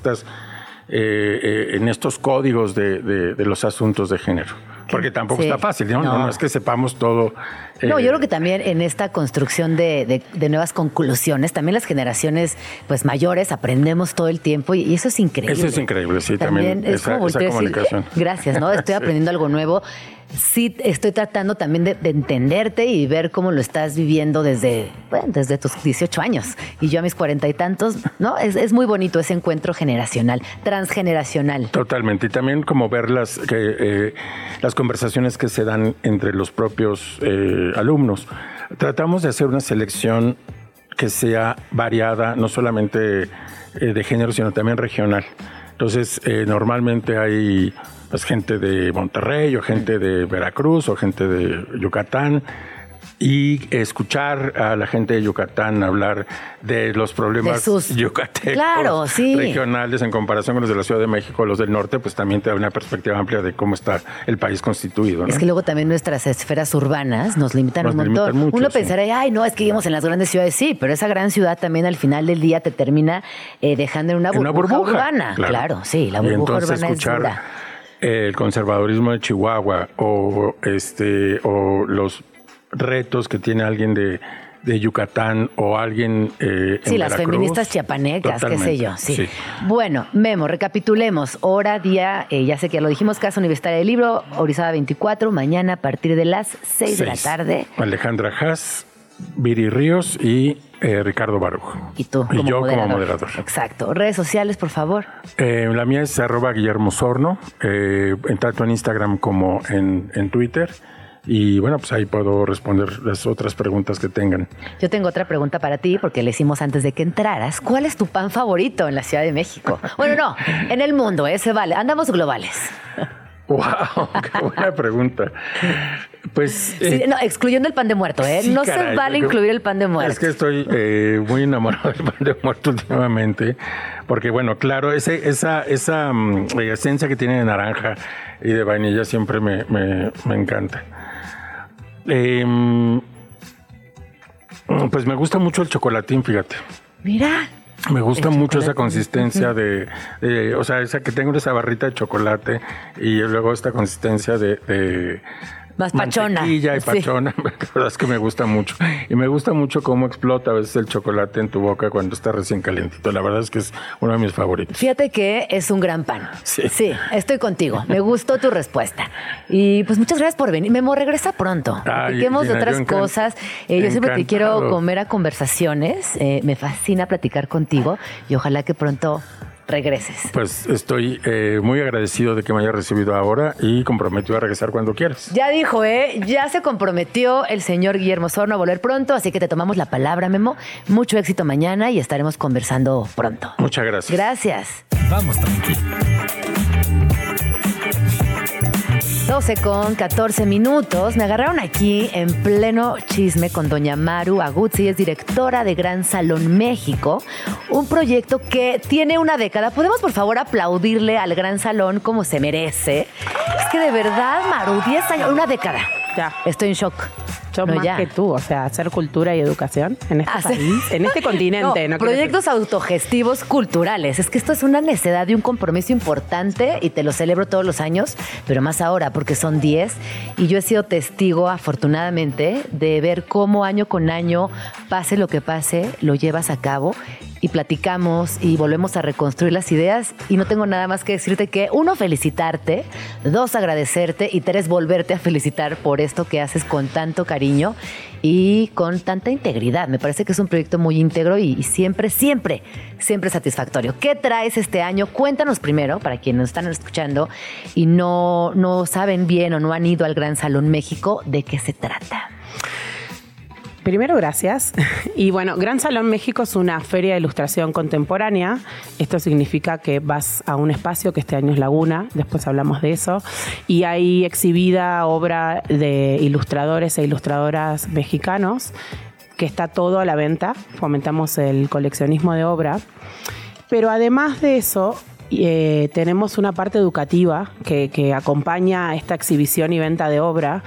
estos códigos de los asuntos de género. Porque tampoco está fácil, ¿no? No es que sepamos todo. No, yo creo que también en esta construcción de nuevas conclusiones, también las generaciones pues mayores aprendemos todo el tiempo y eso es increíble. Eso es increíble, sí, también es esa como comunicación. Gracias, ¿no? Estoy aprendiendo algo nuevo. Sí, estoy tratando también de entenderte y ver cómo lo estás viviendo desde tus 18 años y yo a mis 40 y tantos, ¿no? Es muy bonito ese encuentro generacional, transgeneracional. Totalmente. Y también como ver las conversaciones que se dan entre los propios alumnos. Tratamos de hacer una selección que sea variada, no solamente de género, sino también regional. Entonces, normalmente hay pues, gente de Monterrey o gente de Veracruz o gente de Yucatán. Y escuchar a la gente de Yucatán hablar de los problemas yucatecos regionales en comparación con los de la Ciudad de México, los del norte, pues también te da una perspectiva amplia de cómo está el país constituido, ¿no? Es que luego también nuestras esferas urbanas nos limitan un montón. Mucho, uno pensará, ay, no, es que vivimos en las grandes ciudades, sí, pero esa gran ciudad también al final del día te termina dejando en una burbuja urbana. Claro, sí, la burbuja urbana es dura. El conservadurismo de Chihuahua o los retos que tiene alguien de Yucatán o alguien en las Veracruz. Feministas chiapanecas, qué sé yo. Sí. Bueno, Memo, recapitulemos. Hora, día, ya sé que ya lo dijimos, Casa Universitaria del Libro, Orizaba 24, mañana a partir de las 6 de la tarde. Alejandra Haas, Viri Ríos y Ricardo Baruch. Y tú, y yo como moderador. Exacto. Redes sociales, por favor. La mía es @Guillermo Sorno, tanto en Instagram como en Twitter. Y bueno, pues ahí puedo responder las otras preguntas que tengan. Yo tengo otra pregunta para ti, porque le hicimos antes de que entraras. ¿Cuál es tu pan favorito en la Ciudad de México? Bueno, no, en el mundo, se vale. Andamos globales. ¡Wow! ¡Qué buena pregunta! Pues... excluyendo el pan de muerto, ¿eh? Sí, no caray, se vale incluir el pan de muerto. Es que estoy muy enamorado del pan de muerto últimamente, porque bueno, claro, esa esencia que tiene de naranja y de vainilla siempre me encanta. Pues me gusta mucho el chocolatín, fíjate. Mira. Me gusta mucho esa consistencia o sea, esa que tengo esa barrita de chocolate y luego esta consistencia de más pachona. Mantequilla y pachona, la verdad es que me gusta mucho. Y me gusta mucho cómo explota a veces el chocolate en tu boca cuando está recién calientito. La verdad es que es uno de mis favoritos. Fíjate que es un gran pan. Sí, estoy contigo. Me gustó tu respuesta. Y pues muchas gracias por venir. Memo, regresa pronto. Platiquemos de otras cosas. Yo siempre te quiero comer a conversaciones. Me fascina platicar contigo y ojalá que pronto regreses. Pues estoy muy agradecido de que me haya recibido ahora y comprometido a regresar cuando quieras. Ya dijo, ya se comprometió el señor Guillermo Sorno a volver pronto, así que te tomamos la palabra, Memo. Mucho éxito mañana y estaremos conversando pronto. Muchas gracias. Gracias. Vamos, tranquilo. 12:14. Me agarraron aquí en pleno chisme con doña Maru Aguzzi, es directora de Gran Salón México, un proyecto que tiene una década. ¿Podemos, por favor, aplaudirle al Gran Salón como se merece? Es que de verdad, Maru, 10 años, una década. Ya. Estoy en shock. Yo más que tú, o sea, hacer cultura y educación en este país, en este continente. No, proyectos autogestivos culturales. Es que esto es una necesidad y un compromiso importante y te lo celebro todos los años, pero más ahora porque son 10 y yo he sido testigo, afortunadamente, de ver cómo año con año, pase lo que pase, lo llevas a cabo y platicamos y volvemos a reconstruir las ideas y no tengo nada más que decirte que 1, felicitarte, 2, agradecerte y 3, volverte a felicitar por esto que haces con tanto cariño y con tanta integridad. Me parece que es un proyecto muy íntegro y siempre satisfactorio. ¿Qué traes este año? Cuéntanos primero, para quienes nos están escuchando y no saben bien o no han ido al Gran Salón México, ¿de qué se trata? Primero, gracias. Y bueno, Gran Salón México es una feria de ilustración contemporánea. Esto significa que vas a un espacio que este año es Laguna, después hablamos de eso, y hay exhibida obra de ilustradores e ilustradoras mexicanos, que está todo a la venta. Fomentamos el coleccionismo de obra. Pero además de eso, tenemos una parte educativa que acompaña a esta exhibición y venta de obra,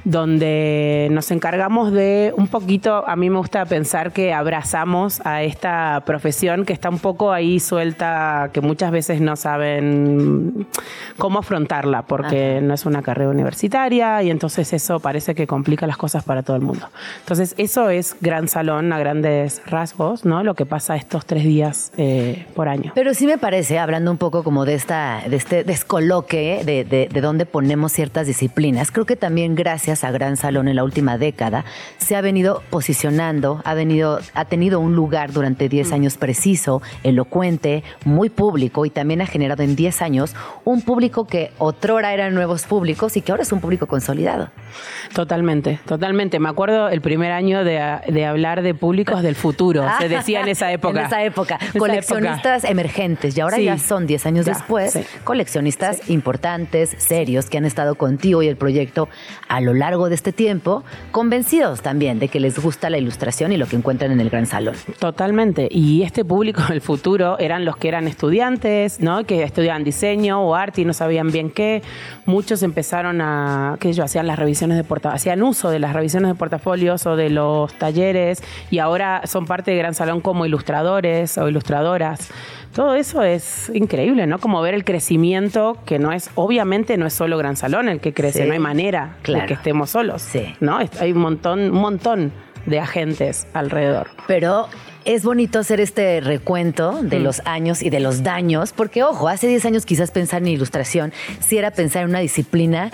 donde nos encargamos de un poquito, a mí me gusta pensar que abrazamos a esta profesión que está un poco ahí suelta, que muchas veces no saben cómo afrontarla, porque no es una carrera universitaria, y entonces eso parece que complica las cosas para todo el mundo. Entonces eso es Gran Salón a grandes rasgos, ¿no? Lo que pasa estos 3 días por año. Pero sí me parece, hablando un poco como de este descoloque de dónde ponemos ciertas disciplinas, creo que también gracias a Gran Salón en la última década se ha venido posicionando, ha tenido un lugar durante 10 años preciso, elocuente, muy público, y también ha generado en 10 años un público que otrora eran nuevos públicos y que ahora es un público consolidado. Totalmente, totalmente. Me acuerdo el primer año de hablar de públicos del futuro, se decía en esa época. En esa época. Coleccionistas emergentes, y ahora ya son 10 años después, coleccionistas importantes, serios, que han estado contigo y el proyecto a lo largo de este tiempo, convencidos también de que les gusta la ilustración y lo que encuentran en el Gran Salón. Totalmente. Y este público del futuro eran los que eran estudiantes, ¿no? Que estudiaban diseño o arte y no sabían bien qué. Muchos empezaron hacían las revisiones de hacían uso de las revisiones de portafolios o de los talleres, y ahora son parte de Gran Salón como ilustradores o ilustradoras. Todo eso es increíble, ¿no? Como ver el crecimiento, que obviamente no es solo Gran Salón el que crece, no hay manera de que estemos solos, ¿no? Hay un montón de agentes alrededor. Pero es bonito hacer este recuento de los años y de los daños, porque, ojo, hace 10 años quizás pensar en ilustración sí era pensar en una disciplina,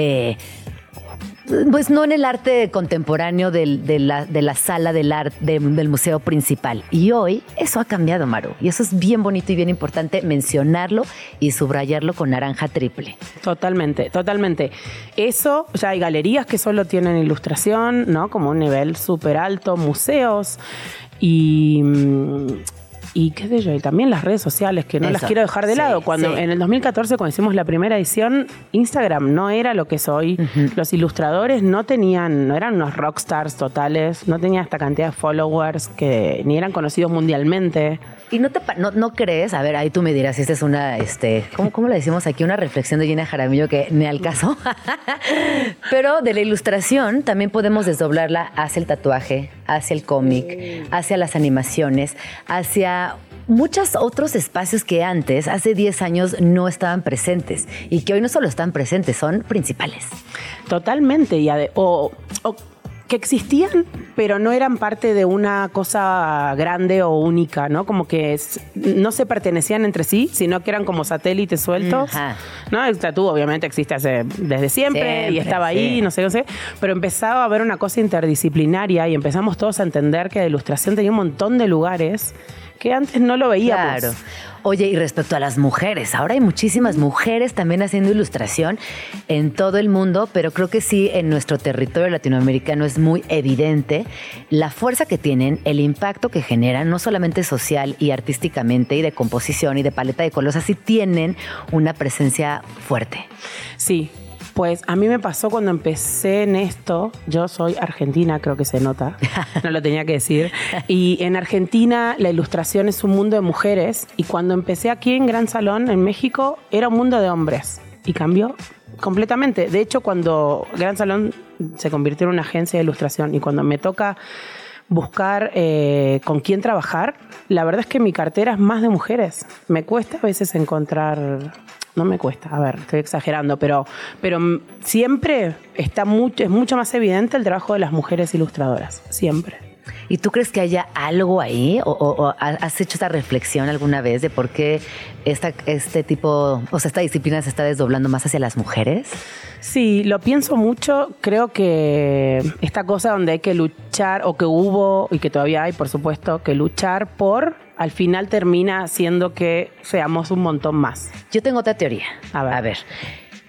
pues no en el arte contemporáneo de la sala del arte del museo principal. Y hoy eso ha cambiado, Maru. Y eso es bien bonito y bien importante mencionarlo y subrayarlo con naranja triple. Totalmente, totalmente. Eso, ya hay galerías que solo tienen ilustración, ¿no? Como un nivel súper alto, museos y qué sé yo, y también las redes sociales, que no las quiero dejar de lado. Cuando en el 2014, cuando hicimos la primera edición, Instagram no era lo que es hoy. Los ilustradores no eran unos rockstars totales, no tenían esta cantidad de followers, que ni eran conocidos mundialmente. ¿Y no crees? A ver, ahí tú me dirás, esta es una, ¿cómo le decimos aquí? Una reflexión de Gina Jaramillo que ni al caso. Pero de la ilustración también podemos desdoblarla hacia el tatuaje, hacia el cómic, hacia las animaciones, hacia muchos otros espacios que antes, hace 10 años, no estaban presentes y que hoy no solo están presentes, son principales. Totalmente. Que existían, pero no eran parte de una cosa grande o única, ¿no? Como que no se pertenecían entre sí, sino que eran como satélites sueltos. ¿No? El tatú obviamente existe desde siempre y estaba ahí, no sé, pero empezaba a haber una cosa interdisciplinaria y empezamos todos a entender que la ilustración tenía un montón de lugares que antes no lo veíamos. Claro. Oye, y respecto a las mujeres, ahora hay muchísimas mujeres también haciendo ilustración en todo el mundo, pero creo que sí, en nuestro territorio latinoamericano es muy evidente la fuerza que tienen, el impacto que generan, no solamente social y artísticamente, y de composición y de paleta de colores, así tienen una presencia fuerte. Sí. Pues a mí me pasó cuando empecé en esto, yo soy argentina, creo que se nota, no lo tenía que decir, y en Argentina la ilustración es un mundo de mujeres, y cuando empecé aquí en Gran Salón, en México, era un mundo de hombres, y cambió completamente. De hecho, cuando Gran Salón se convirtió en una agencia de ilustración, y cuando me toca buscar con quién trabajar, la verdad es que mi cartera es más de mujeres. Me cuesta a veces encontrar... No me cuesta, a ver, estoy exagerando, pero siempre es mucho más evidente el trabajo de las mujeres ilustradoras, siempre. ¿Y tú crees que haya algo ahí? ¿O has hecho esta reflexión alguna vez de por qué esta disciplina se está desdoblando más hacia las mujeres? Sí, lo pienso mucho. Creo que esta cosa donde hay que luchar, o que hubo, y que todavía hay, por supuesto, que luchar al final termina haciendo que seamos un montón más. Yo tengo otra teoría. A ver.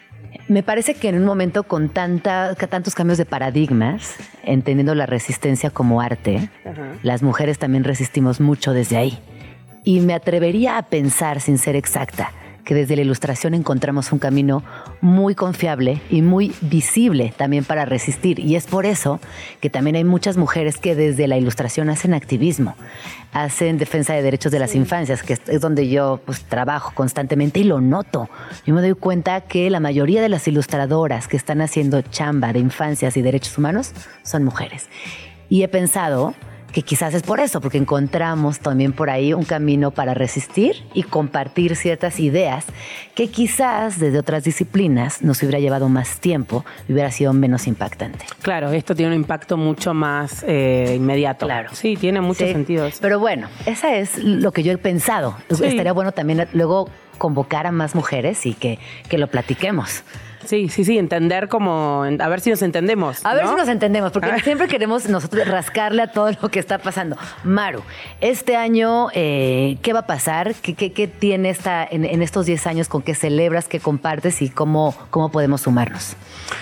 Me parece que en un momento con tantos cambios de paradigmas, entendiendo la resistencia como arte, las mujeres también resistimos mucho desde ahí. Y me atrevería a pensar, sin ser exacta, que desde la ilustración encontramos un camino muy confiable y muy visible también para resistir. Y es por eso que también hay muchas mujeres que desde la ilustración hacen activismo, hacen defensa de derechos de las infancias, que es donde yo pues trabajo constantemente y lo noto. Yo me doy cuenta que la mayoría de las ilustradoras que están haciendo chamba de infancias y derechos humanos son mujeres. Y he pensado que quizás es por eso, porque encontramos también por ahí un camino para resistir y compartir ciertas ideas que quizás desde otras disciplinas nos hubiera llevado más tiempo y hubiera sido menos impactante. Claro, esto tiene un impacto mucho más inmediato. Claro. Sí, tiene mucho sentido eso. Pero bueno, esa es lo que yo he pensado. Sí. Estaría bueno también luego convocar a más mujeres y que lo platiquemos. Sí, entender como, a ver si nos entendemos. A ver ¿no? si nos entendemos, porque siempre queremos nosotros rascarle a todo lo que está pasando. Maru, este año, ¿qué va a pasar? ¿Qué tiene en estos 10 años con qué celebras, qué compartes y cómo podemos sumarnos?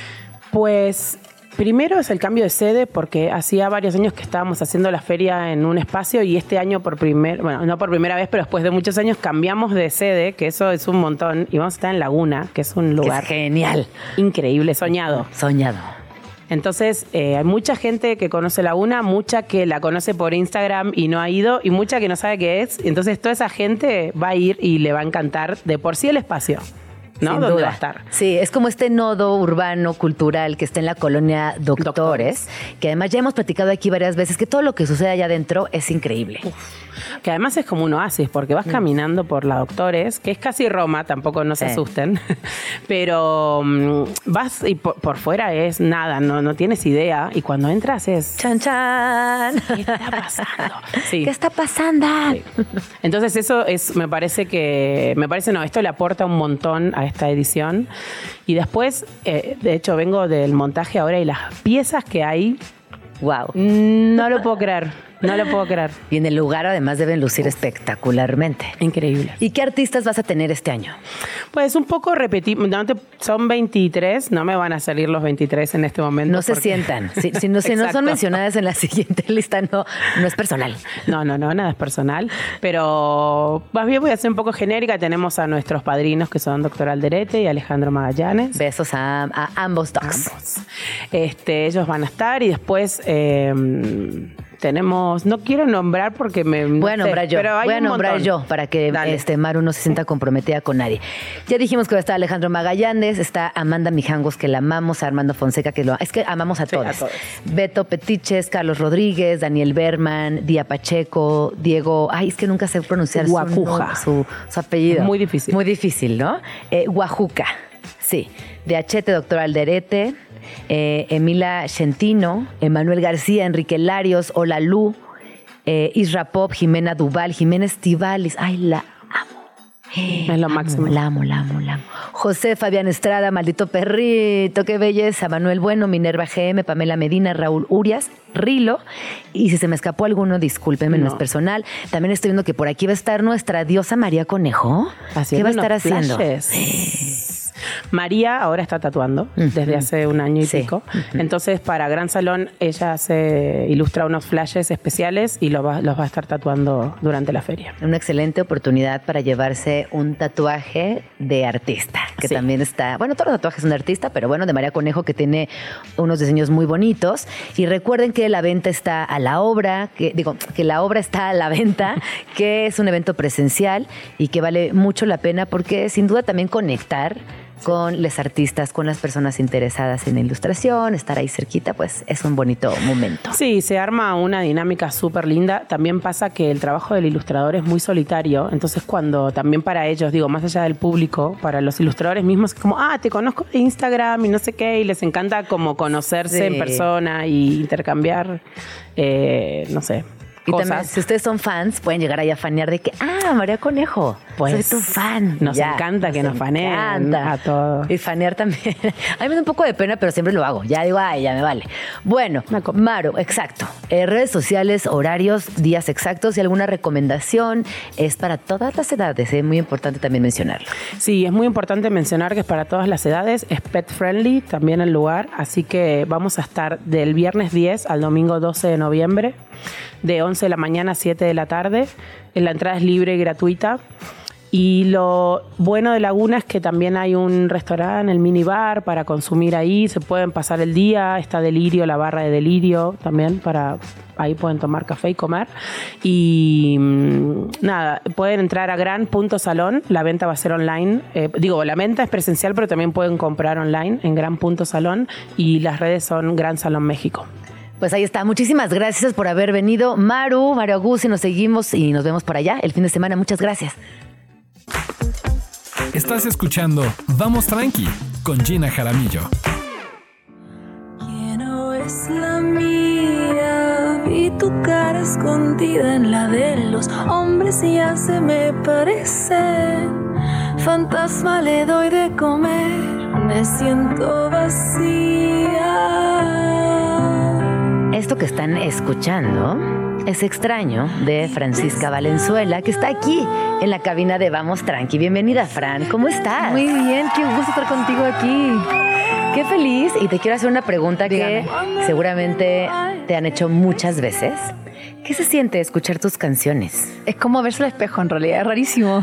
Pues primero es el cambio de sede, porque hacía varios años que estábamos haciendo la feria en un espacio y este año no por primera vez, pero después de muchos años cambiamos de sede, que eso es un montón, y vamos a estar en Laguna, que es un lugar genial, increíble, soñado. Entonces, hay mucha gente que conoce Laguna, mucha que la conoce por Instagram y no ha ido, y mucha que no sabe qué es. Entonces, toda esa gente va a ir y le va a encantar de por sí el espacio, ¿no? Sin ¿Dónde duda va a estar? Sí, es como este nodo urbano cultural que está en la colonia Doctores, que además ya hemos platicado aquí varias veces que todo lo que sucede allá adentro es increíble. Que además es como un oasis, porque vas caminando por la Doctores, que es casi Roma, tampoco no se asusten, pero vas y por fuera es nada, no tienes idea, y cuando entras es... ¡Chan, chan! ¿Qué está pasando? Sí. ¿Qué está pasando? Sí. Entonces eso esto le aporta un montón a esta edición. Y después, de hecho, vengo del montaje ahora y las piezas que hay, wow, no lo puedo creer. Y en el lugar además deben lucir espectacularmente. Increíble. ¿Y qué artistas vas a tener este año? Pues un poco son 23, no me van a salir los 23 en este momento. No se sientan. Si no son mencionadas en la siguiente lista, no es personal. No, nada es personal. Pero más bien voy a ser un poco genérica. Tenemos a nuestros padrinos que son Doctor Alderete y Alejandro Magallanes. Besos a ambos docs. Ellos van a estar y después... tenemos, no quiero nombrar porque voy a nombrar yo para que Maru no se sienta comprometida con nadie. Ya dijimos que va a estar Alejandro Magallanes, está Amanda Mijangos, que la amamos, a Armando Fonseca, es que amamos a todos. Beto Petiches, Carlos Rodríguez, Daniel Berman, Día Pacheco, Diego, es que nunca sé pronunciar su apellido. Muy difícil. Muy difícil, ¿no? Guajuca, sí. DHT, Doctor Alderete, Emila Gentino, Emanuel García, Enrique Larios, Olalú, Isra Pop, Jimena Duval, Jimena Estivalis. La amo. Es lo máximo. La amo. José Fabián Estrada, Maldito Perrito, qué belleza. Manuel Bueno, Minerva GM, Pamela Medina, Raúl Urias, Rilo. Y si se me escapó alguno, discúlpenme, no es personal. También estoy viendo que por aquí va a estar nuestra diosa María Conejo. ¿Qué va a estar haciendo? María ahora está tatuando desde hace un año y pico. Entonces, para Gran Salón, ella ilustra unos flashes especiales y los va a estar tatuando durante la feria. Una excelente oportunidad para llevarse un tatuaje de artista, que también está... Bueno, todos los tatuajes son de artista, pero bueno, de María Conejo, que tiene unos diseños muy bonitos. Y recuerden que la venta está a la obra, que la obra está a la venta, que es un evento presencial y que vale mucho la pena porque sin duda también conectar con los artistas, con las personas interesadas en la ilustración, estar ahí cerquita, pues es un bonito momento. Sí, se arma una dinámica súper linda. También pasa que el trabajo del ilustrador es muy solitario, entonces cuando también para ellos, más allá del público, para los ilustradores mismos, es como, te conozco de Instagram y no sé qué, y les encanta como conocerse en persona y intercambiar, Y cosas. también, si ustedes son fans, pueden llegar ahí a fanear de que, María Conejo, Pues, soy tu fan. nos encanta que nos faneen encanta. a todos. Y fanear también. A mí me da un poco de pena, pero siempre lo hago. Ya digo, ya me vale. Bueno, Maru, exacto. Redes sociales, horarios, días exactos y alguna recomendación. Es para todas las edades. Es muy importante también mencionarlo. Sí, es muy importante mencionar que es para todas las edades. Es pet friendly también el lugar. Así que vamos a estar del viernes 10 al domingo 12 de noviembre, de 11 de la mañana a 7 de la tarde. La entrada es libre y gratuita. Y lo bueno de Laguna es que también hay un restaurante, el minibar, para consumir ahí. Se pueden pasar el día. Está Delirio, la barra de Delirio también, ahí pueden tomar café y comer. Y nada, pueden entrar a gran.salón. La venta va a ser online. La venta es presencial, pero también pueden comprar online en gran.salón. Y las redes son Gran Salón México. Pues ahí está. Muchísimas gracias por haber venido. Maru Agus, y nos seguimos y nos vemos por allá el fin de semana. Muchas gracias. Estás escuchando Vamos Tranqui con Gina Jaramillo. ¿Quién no es la mía? Vi tu cara escondida en la de los hombres y ya se me parece. Fantasma le doy de comer, me siento vacía. Esto que están escuchando es Extraño de Francisca Valenzuela, que está aquí en la cabina de Vamos Tranqui. Bienvenida, Fran. ¿Cómo estás? Muy bien, qué gusto estar contigo aquí. Qué feliz. Y te quiero hacer una pregunta Dígame. que seguramente te han hecho muchas veces. ¿Qué se siente escuchar tus canciones? Es como verse al espejo, en realidad, es rarísimo.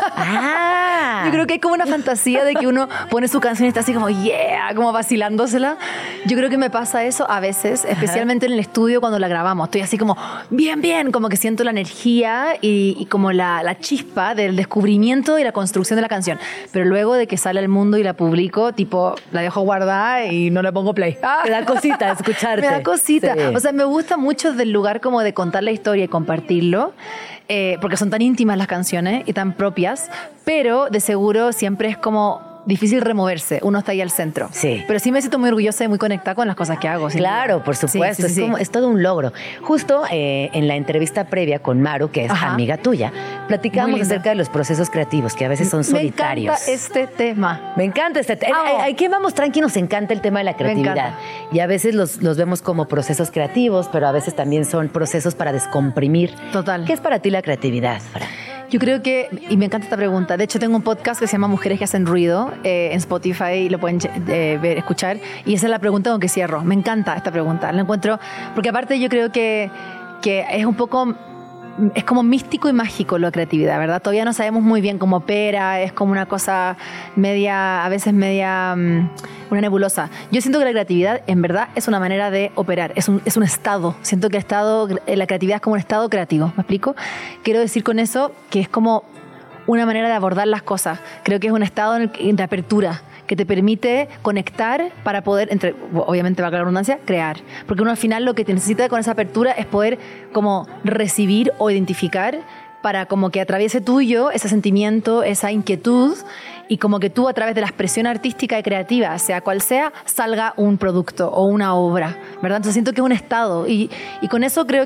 Yo creo que hay como una fantasía de que uno pone su canción y está así como, como vacilándosela. Yo creo que me pasa eso a veces, especialmente en el estudio cuando la grabamos. Estoy así como, bien, como que siento la energía y como la chispa del descubrimiento y la construcción de la canción. Pero luego de que sale al mundo y la publico, tipo, la dejo guardada y no le pongo play. Te da cosita escucharte. Me da cosita. Sí. O sea, me gusta mucho del lugar como de contar la historia y compartirlo, porque son tan íntimas las canciones y tan propias, pero de seguro siempre es como difícil removerse. Uno está ahí al centro. Sí. Pero sí me siento muy orgullosa y muy conectada con las cosas que hago. Claro, por supuesto. Sí. Es todo un logro. Justo en la entrevista previa con Maru, que es amiga tuya, platicamos acerca de los procesos creativos, que a veces son solitarios. Me encanta este tema. Me encanta este tema. Aquí en Vamos Tranqui nos encanta el tema de la creatividad. Y a veces los vemos como procesos creativos, pero a veces también son procesos para descomprimir. Total. ¿Qué es para ti la creatividad, Fran? Yo creo que, y me encanta esta pregunta, de hecho tengo un podcast que se llama Mujeres que hacen ruido en Spotify, lo pueden escuchar, y esa es la pregunta con que cierro. Me encanta esta pregunta, la encuentro, porque aparte yo creo que es un poco, es como místico y mágico la creatividad, ¿verdad? Todavía no sabemos muy bien cómo opera, es como una cosa media, a veces media, una nebulosa. Yo siento que la creatividad en verdad es una manera de operar, es un estado. Siento que la creatividad es como un estado creativo, ¿me explico? Quiero decir con eso que es como una manera de abordar las cosas. Creo que es un estado de apertura que te permite conectar para poder, obviamente valga la redundancia, crear. Porque uno al final lo que te necesita con esa apertura es poder como recibir o identificar para como que atraviese tuyo ese sentimiento, esa inquietud, y como que tú a través de la expresión artística y creativa, sea cual sea, salga un producto o una obra, ¿verdad? Entonces siento que es un estado y con eso creo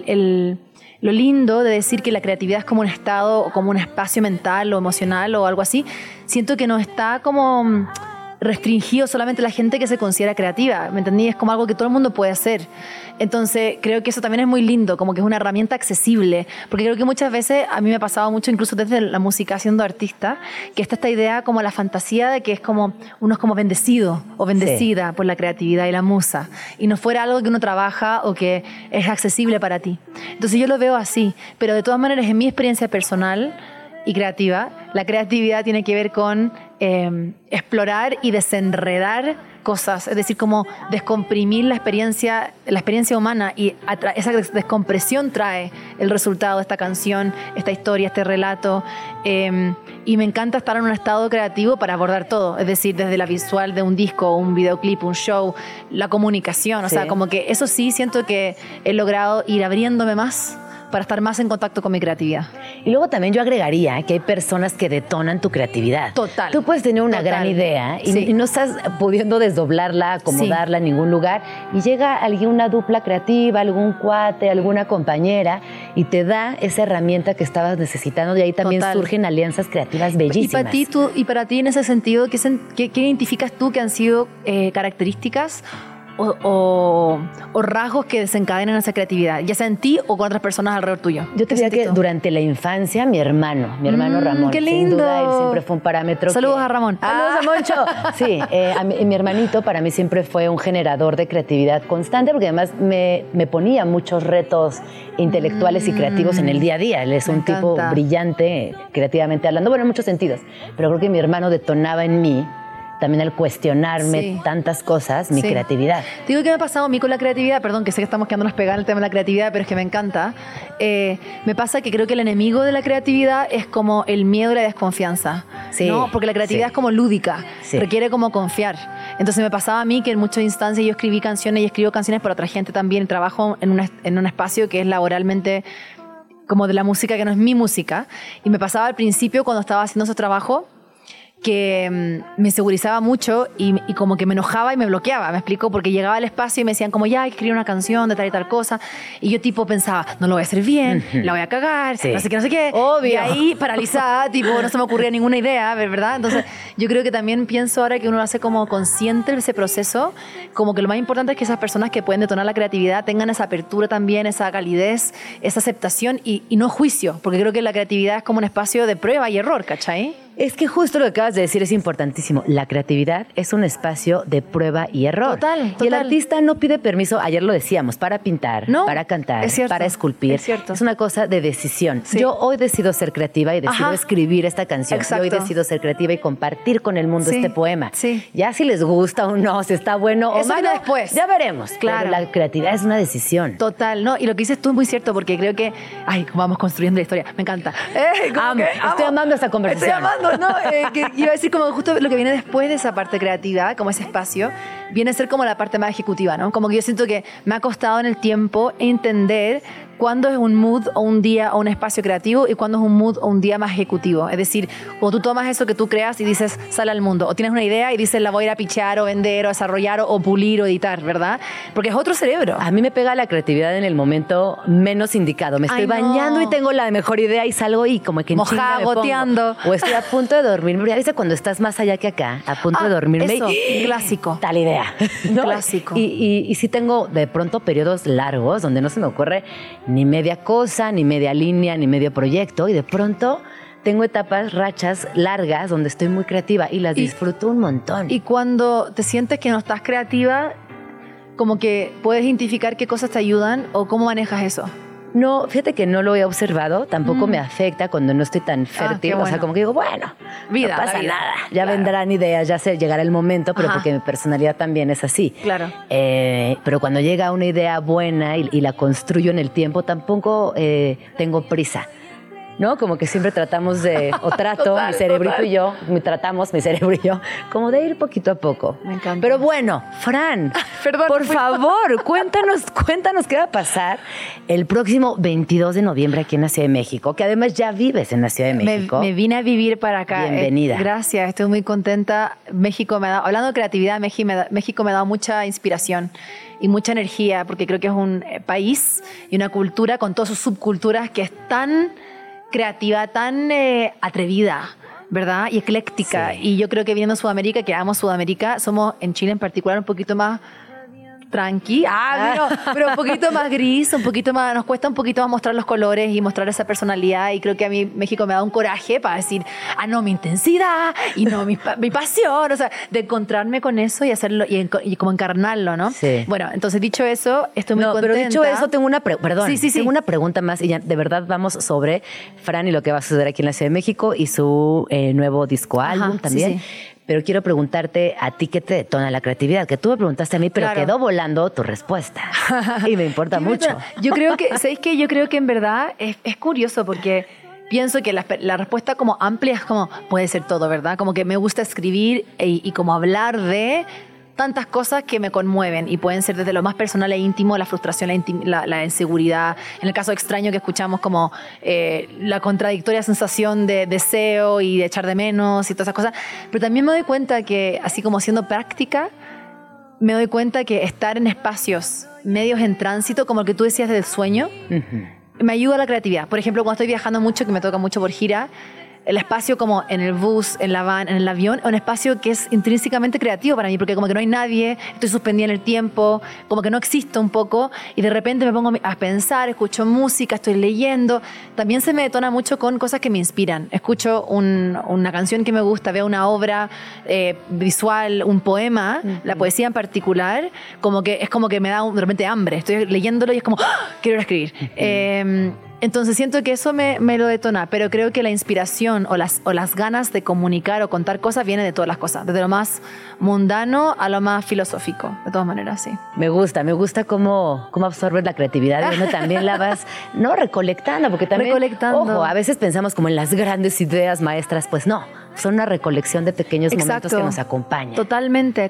que lo lindo de decir que la creatividad es como un estado o como un espacio mental o emocional o algo así, siento que no está como restringido solamente a la gente que se considera creativa, ¿me entendí? Es como algo que todo el mundo puede hacer. Entonces creo que eso también es muy lindo, como que es una herramienta accesible, porque creo que muchas veces, a mí me ha pasado mucho incluso desde la música siendo artista, que está esta idea como la fantasía de que es como uno es como bendecido o bendecida por la creatividad y la musa, y no fuera algo que uno trabaja o que es accesible para ti. Entonces yo lo veo así, pero de todas maneras en mi experiencia personal y creativa, la creatividad tiene que ver con explorar y desenredar cosas, es decir, como descomprimir la experiencia humana, y esa descompresión trae el resultado de esta canción, esta historia, este relato, y me encanta estar en un estado creativo para abordar todo, es decir, desde la visual de un disco, un videoclip, un show, la comunicación, o sea, como que eso sí siento que he logrado ir abriéndome más para estar más en contacto con mi creatividad. Y luego también yo agregaría que hay personas que detonan tu creatividad. Total. Tú puedes tener una gran idea y no estás pudiendo desdoblarla, acomodarla en ningún lugar y llega alguna dupla creativa, algún cuate, alguna compañera y te da esa herramienta que estabas necesitando y ahí también surgen alianzas creativas bellísimas. Y para ti en ese sentido, ¿qué identificas tú que han sido características o rasgos que desencadenan esa creatividad, ya sea en ti o con otras personas alrededor tuyo? Yo te diría que durante la infancia, mi hermano Ramón, ¡qué lindo! sin duda, él siempre fue un parámetro. Saludos a Ramón. Saludos a Moncho. Sí, mi hermanito para mí siempre fue un generador de creatividad constante, porque además me ponía muchos retos intelectuales y creativos en el día a día. Él es un tipo brillante, creativamente hablando, bueno, en muchos sentidos, pero creo que mi hermano detonaba en mí también al cuestionarme tantas cosas, mi creatividad. Te digo que me ha pasado a mí con la creatividad, perdón, que sé que estamos quedándonos pegados en el tema de la creatividad, pero es que me encanta. Me pasa que creo que el enemigo de la creatividad es como el miedo y la desconfianza, ¿no? Porque la creatividad es como lúdica, requiere como confiar. Entonces me pasaba a mí que en muchas instancias yo escribí canciones y escribo canciones para otra gente también, trabajo en un espacio que es laboralmente como de la música que no es mi música, y me pasaba al principio cuando estaba haciendo ese trabajo que me segurizaba mucho y como que me enojaba y me bloqueaba, ¿me explico? Porque llegaba al espacio y me decían como, ya, hay que escribir una canción de tal y tal cosa, y yo tipo pensaba, no lo voy a hacer bien, la voy a cagar, no sé qué. Obvio. Y ahí paralizada, tipo, no se me ocurría ninguna idea, ¿verdad? Entonces yo creo que también pienso ahora que uno hace como consciente de ese proceso, como que lo más importante es que esas personas que pueden detonar la creatividad tengan esa apertura también, esa calidez, esa aceptación y no juicio, porque creo que la creatividad es como un espacio de prueba y error, ¿cachai? Es que justo lo que acabas de decir es importantísimo. La creatividad es un espacio de prueba y error. Total. Y el artista no pide permiso, ayer lo decíamos, para pintar, para cantar, para esculpir. Es una cosa de decisión. Sí. Yo hoy decido ser creativa y decido escribir esta canción. Exacto. Yo hoy decido ser creativa y compartir con el mundo este poema. Sí. Ya si les gusta o no, si está bueno o malo, después. Ya veremos. Claro. Pero la creatividad es una decisión. Total. No, y lo que dices tú es muy cierto, porque creo que, vamos construyendo la historia. Me encanta. Estoy amando esta conversación. Estoy amando. Que iba a decir como justo lo que viene después de esa parte creativa, como ese espacio, viene a ser como la parte más ejecutiva, ¿no? Como que yo siento que me ha costado en el tiempo entender cuándo es un mood o un día o un espacio creativo y cuándo es un mood o un día más ejecutivo. Es decir, cuando tú tomas eso que tú creas y dices, sale al mundo, o tienes una idea y dices, la voy a ir a pichear o vender o desarrollar o pulir o editar, ¿verdad? Porque es otro cerebro. A mí me pega la creatividad en el momento menos indicado. Me estoy bañando y tengo la mejor idea y salgo y como que en mojada, goteando. O estoy a punto de dormirme. Ya viste cuando estás más allá que acá, a punto de dormirme. Eso, clásico. Tal idea. ¿No? Clásico. Y sí tengo de pronto periodos largos donde no se me ocurre ni media cosa, ni media línea, ni medio proyecto, y de pronto tengo etapas, rachas largas donde estoy muy creativa y las disfruto un montón. Y cuando te sientes que no estás creativa, como que puedes identificar qué cosas te ayudan o cómo manejas eso. No, fíjate que no lo he observado, tampoco me afecta cuando no estoy tan fértil, bueno. O sea, como que digo, bueno, no pasa nada, ya vendrán ideas, ya llegará el momento, pero porque mi personalidad también es así. Claro. Pero cuando llega una idea buena y la construyo en el tiempo, tampoco tengo prisa. ¿No? Como que siempre tratamos de, o trato, mi cerebrito y yo, mi cerebro y yo, como de ir poquito a poco. Me encanta. Pero bueno, Fran, por favor, cuéntanos qué va a pasar el próximo 22 de noviembre aquí en la Ciudad de México, que además ya vives en la Ciudad de México. Me vine a vivir para acá. Bienvenida. Gracias, estoy muy contenta. México me ha dado, hablando de creatividad, México me ha dado mucha inspiración y mucha energía, porque creo que es un país y una cultura con todas sus subculturas que es tan creativa, tan atrevida, ¿verdad? Y ecléctica. Sí. Y yo creo que viniendo a Sudamérica, que amo Sudamérica, somos en Chile en particular un poquito más tranqui, pero un poquito más gris, un poquito más, nos cuesta un poquito más mostrar los colores y mostrar esa personalidad, y creo que a mí México me da un coraje para decir, no, mi intensidad y no mi pasión, o sea, de encontrarme con eso y hacerlo y como encarnarlo, ¿no? Sí. Bueno, entonces dicho eso, estoy muy contenta. Pero dicho eso, tengo una tengo una pregunta más y ya de verdad vamos sobre Fran y lo que va a suceder aquí en la Ciudad de México y su nuevo disco álbum también. Sí. Pero quiero preguntarte a ti qué te detona la creatividad, que tú me preguntaste a mí, pero quedó volando tu respuesta. Y me importa mucho. Yo creo que, ¿sabéis qué? Yo creo que en verdad es curioso porque pienso que la respuesta como amplia es como, puede ser todo, ¿verdad? Como que me gusta escribir y como hablar de tantas cosas que me conmueven y pueden ser desde lo más personal e íntimo, la frustración, la inseguridad. En el caso extraño que escuchamos como la contradictoria sensación de deseo y de echar de menos y todas esas cosas. Pero también me doy cuenta que, así como siendo práctica, me doy cuenta que estar en espacios medios en tránsito, como el que tú decías del sueño, me ayuda a la creatividad. Por ejemplo, cuando estoy viajando mucho, que me toca mucho por gira, el espacio como en el bus, en la van, en el avión, es un espacio que es intrínsecamente creativo para mí, porque como que no hay nadie, estoy suspendida en el tiempo, como que no existo un poco, y de repente me pongo a pensar, escucho música, estoy leyendo. También se me detona mucho con cosas que me inspiran. Escucho una canción que me gusta, veo una obra visual, un poema, la poesía en particular, como que es como que me da de repente hambre. Estoy leyéndolo y es como, ¡ah! Quiero escribir. Entonces siento que eso me lo detona, pero creo que la inspiración o las ganas de comunicar o contar cosas vienen de todas las cosas, desde lo más mundano a lo más filosófico, de todas maneras, sí. Me gusta cómo absorbes la creatividad y donde también la vas, no recolectando, porque también, ojo, a veces pensamos como en las grandes ideas maestras, pues no, son una recolección de pequeños momentos que nos acompañan. Totalmente.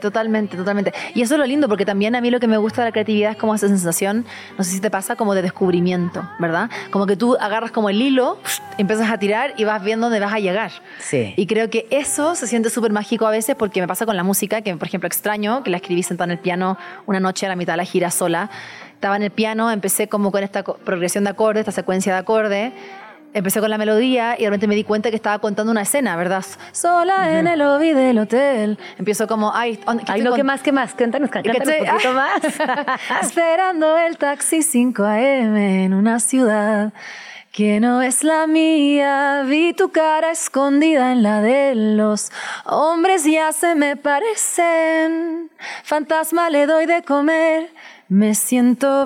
Y eso es lo lindo, porque también a mí lo que me gusta de la creatividad es como esa sensación, no sé si te pasa, como de descubrimiento, ¿verdad? Como que tú agarras como el hilo, empiezas a tirar y vas viendo dónde vas a llegar. Sí. Y creo que eso se siente súper mágico a veces, porque me pasa con la música, que por ejemplo extraño, que la escribí sentada en el piano una noche a la mitad de la gira sola. Estaba en el piano, empecé como con esta progresión de acordes, esta secuencia de acordes. Empecé con la melodía y de repente me di cuenta que estaba contando una escena, ¿verdad? Sola en el lobby del hotel. Empiezo como, ¿qué más? Cuéntanos un poquito más. Esperando el taxi 5 AM en una ciudad que no es la mía. Vi tu cara escondida en la de los hombres, ya se me parecen. Fantasma le doy de comer. Me siento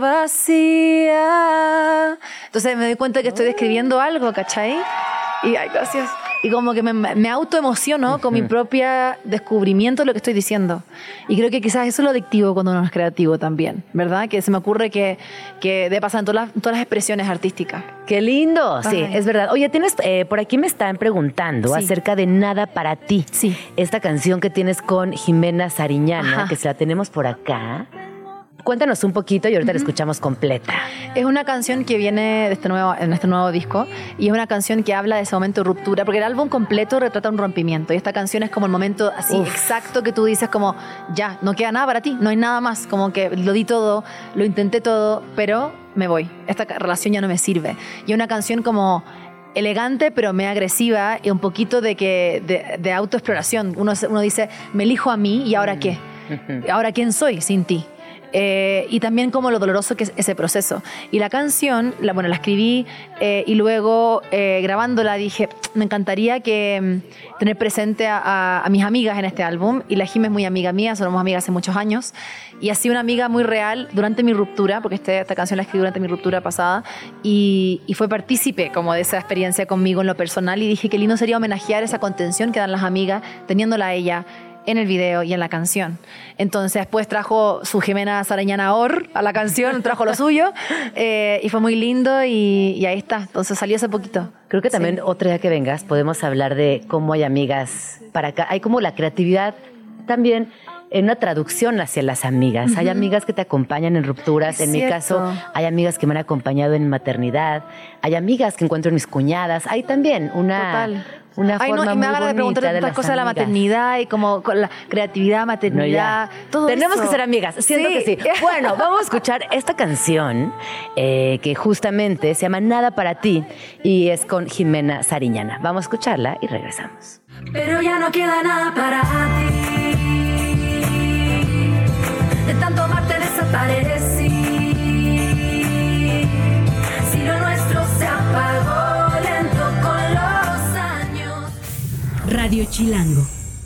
vacía. Entonces me doy cuenta que estoy describiendo algo, ¿cachai? Y ay, gracias. Y como que me autoemociono con mi propio descubrimiento de lo que estoy diciendo. Y creo que quizás eso es lo adictivo cuando uno es creativo también, ¿verdad? Que se me ocurre que debe pasar en todas las expresiones artísticas. ¡Qué lindo! Sí, es verdad. Oye, tienes por aquí me están preguntando acerca de Nada para ti. Sí. Esta canción que tienes con Jimena Sariñana, que se la tenemos por acá. Cuéntanos un poquito y ahorita la escuchamos completa. Es una canción que viene de en este nuevo disco y es una canción que habla de ese momento de ruptura, porque el álbum completo retrata un rompimiento y esta canción es como el momento así exacto que tú dices como ya, no queda nada para ti, no hay nada más, como que lo di todo, lo intenté todo, pero me voy, esta relación ya no me sirve. Y es una canción como elegante pero medio agresiva y un poquito de autoexploración. Uno dice, me elijo a mí y ¿ahora qué? ¿Ahora quién soy sin ti? Y también como lo doloroso que es ese proceso. Y la canción, la escribí y luego grabándola dije, me encantaría tener presente a mis amigas en este álbum. Y la Jim es muy amiga mía, somos amigas hace muchos años. Y así una amiga muy real durante mi ruptura, porque esta canción la escribí durante mi ruptura pasada. Y fue partícipe como de esa experiencia conmigo en lo personal. Y dije, qué lindo sería homenajear esa contención que dan las amigas, teniéndola a ella en el video y en la canción. Entonces después trajo su Jimena Sariñana a la canción, trajo lo suyo y fue muy lindo y ahí está. Entonces salió hace poquito. Creo que también otro día que vengas podemos hablar de cómo hay amigas para acá. Hay como la creatividad también en una traducción hacia las amigas. Hay amigas que te acompañan en rupturas. En mi caso, hay amigas que me han acompañado en maternidad. Hay amigas que encuentro en mis cuñadas. Hay también una forma y me hagan de preguntar tantas cosas de la maternidad y como con la creatividad, maternidad, todo tenemos eso. Que ser amigas, siento que sí. Bueno, vamos a escuchar esta canción que justamente se llama Nada para ti y es con Jimena Sariñana. Vamos a escucharla y regresamos. Pero ya no queda nada para ti. De tanto amarte desaparecí. Si lo nuestro se apagó lento con los años. Radio Chilango.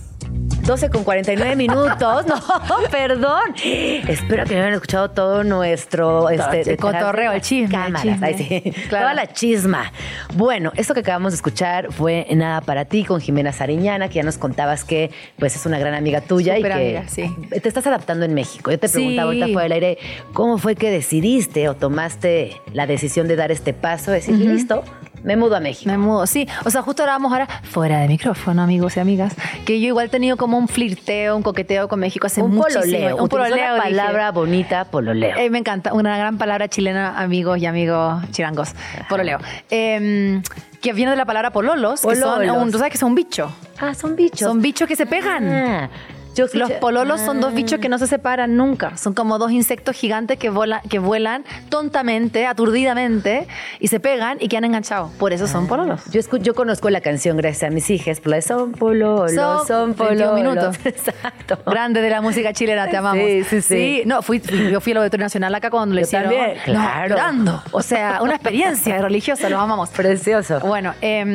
12:49. No, perdón. Espero que me hayan escuchado todo nuestro cotorreo, el chisme. Cámaras, ahí sí. Claro. Toda la chisma. Bueno, esto que acabamos de escuchar fue Nada para ti con Jimena Sariñana, que ya nos contabas que pues es una gran amiga tuya. Súper y que amiga, sí. Te estás adaptando en México. Yo te preguntaba ahorita fuera del aire, ¿cómo fue que decidiste o tomaste la decisión de dar este paso? De decir, listo, Me mudo a México. Me mudo, sí. O sea, justo hablábamos ahora, fuera de micrófono, amigos y amigas, que yo igual he tenido como un flirteo, un coqueteo con México hace muchísimo. Un pololeo. La palabra bonita, pololeo. Me encanta, una gran palabra chilena, amigos y amigos chilangos. Pololeo. Que viene de la palabra pololos, que son, tú sabes que son un bicho. Son bichos. Son bichos que se pegan. Los pololos son dos bichos que no se separan nunca. Son como dos insectos gigantes que vuelan tontamente, aturdidamente, y se pegan y quedan enganchados. Por eso son pololos. Yo conozco la canción gracias a mis hijas, por la de son pololos. 21 minutos. Exacto. Grande de la música chilena, te amamos. Sí. No, yo fui al Auditorio Nacional acá cuando lo hicieron. También, claro. Llorando. O sea, una experiencia religiosa, los amamos. Precioso. Bueno,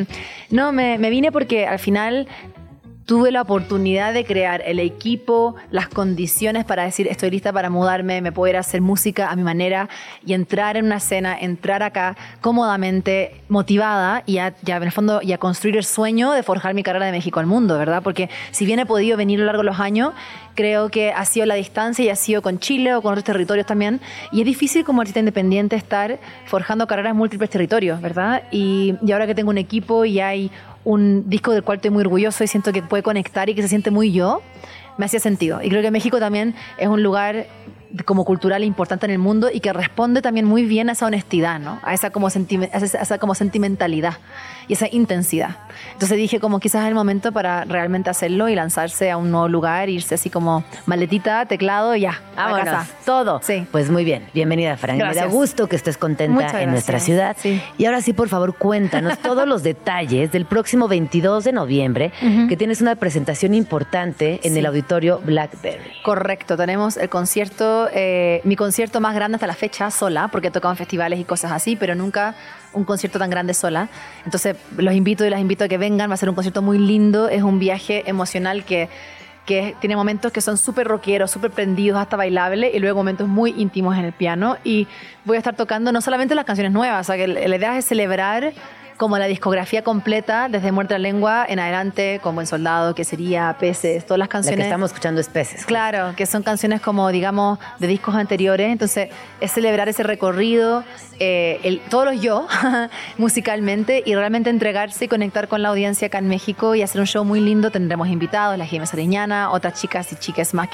me vine porque al final tuve la oportunidad de crear el equipo, las condiciones para decir estoy lista para mudarme, me puedo ir a hacer música a mi manera y entrar en una escena, entrar acá cómodamente, motivada y ya en el fondo y a construir el sueño de forjar mi carrera de México al mundo, ¿verdad? Porque si bien he podido venir a lo largo de los años, creo que ha sido la distancia y ha sido con Chile o con otros territorios también. Y es difícil como artista independiente estar forjando carreras en múltiples territorios, ¿verdad? Y ahora que tengo un equipo y hay un disco del cual estoy muy orgulloso y siento que puede conectar y que se siente muy yo, me hacía sentido. Y creo que México también es un lugar como cultural importante en el mundo y que responde también muy bien a esa honestidad, ¿no? A esa como sentimentalidad y esa intensidad. Entonces dije como quizás es el momento para realmente hacerlo y lanzarse a un nuevo lugar, irse así como maletita, teclado y ya, vámonos, a casa. Todo. Sí. Pues muy bien, bienvenida, Fran. Gracias. Me da gusto que estés contenta en nuestra ciudad. Sí. Y ahora sí, por favor, cuéntanos todos los detalles del próximo 22 de noviembre, que tienes una presentación importante en el Auditorio Blackberry. Correcto, tenemos el concierto, mi concierto más grande hasta la fecha sola, porque he tocado en festivales y cosas así, pero nunca un concierto tan grande sola. Entonces los invito y las invito a que vengan, va a ser un concierto muy lindo, es un viaje emocional que tiene momentos que son súper rockeros, súper prendidos, hasta bailables, y luego momentos muy íntimos en el piano, y voy a estar tocando no solamente las canciones nuevas, o sea que la idea es celebrar como la discografía completa, desde Muerte a la Lengua en adelante, como Buen Soldado, que sería Peces, todas las canciones. La que estamos escuchando es Peces. Claro, que son canciones como, digamos, de discos anteriores. Entonces, es celebrar ese recorrido, todos los yo, musicalmente, y realmente entregarse y conectar con la audiencia acá en México y hacer un show muy lindo. Tendremos invitados, la Jimena Sariñana, otras chicas y chicas más que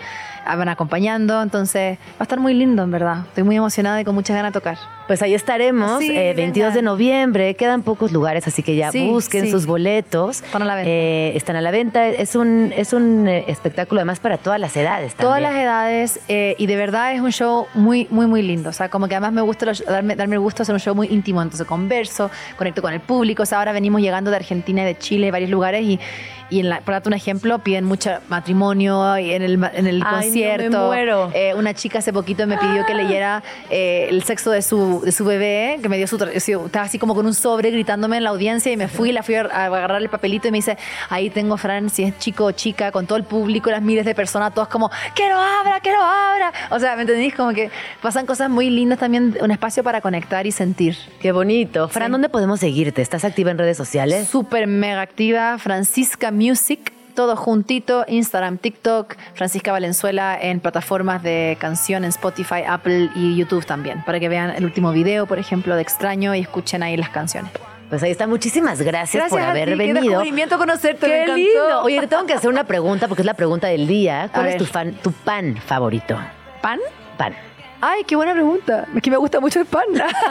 van acompañando. Entonces, va a estar muy lindo, en verdad. Estoy muy emocionada y con muchas ganas de tocar. Pues ahí estaremos, Sí, 22 de noviembre. Quedan pocos lugares, así que ya busquen sus boletos. Están a la venta. Están a la venta. Es un espectáculo además para todas las edades también. Todas las edades, y de verdad es un show muy, muy, muy lindo. O sea, como que además me gusta darme el gusto de hacer un show muy íntimo. Entonces converso, conecto con el público. O sea, ahora venimos llegando de Argentina y de Chile, varios lugares, y por darte un ejemplo, piden mucho matrimonio y en el concierto. No, me muero. Una chica hace poquito me pidió que leyera el sexo de su bebé, que me dio estaba así como con un sobre gritándome en la audiencia, y la fui a agarrar el papelito y me dice, ahí tengo, Fran, si es chico o chica, con todo el público, las miles de personas, todas como, ¡que lo abra, que lo abra! O sea, ¿me entendís? Como que pasan cosas muy lindas también, un espacio para conectar y sentir. Qué bonito. Fran, Sí. ¿dónde podemos seguirte? ¿Estás activa en redes sociales? Súper mega activa, Francisca Music, todo juntito, Instagram, TikTok, Francisca Valenzuela en plataformas de canción en Spotify, Apple y YouTube también, para que vean el último video, por ejemplo, de Extraño, y escuchen ahí las canciones. Pues ahí está. Muchísimas gracias por haber a ti, venido. Qué descubrimiento conocerte, me ¡Qué encantó. lindo! Oye, te tengo que hacer una pregunta porque es la pregunta del día. ¿Cuál A es ver. tu pan favorito? ¿Pan? Pan. Ay, qué buena pregunta. Es que me gusta mucho el pan.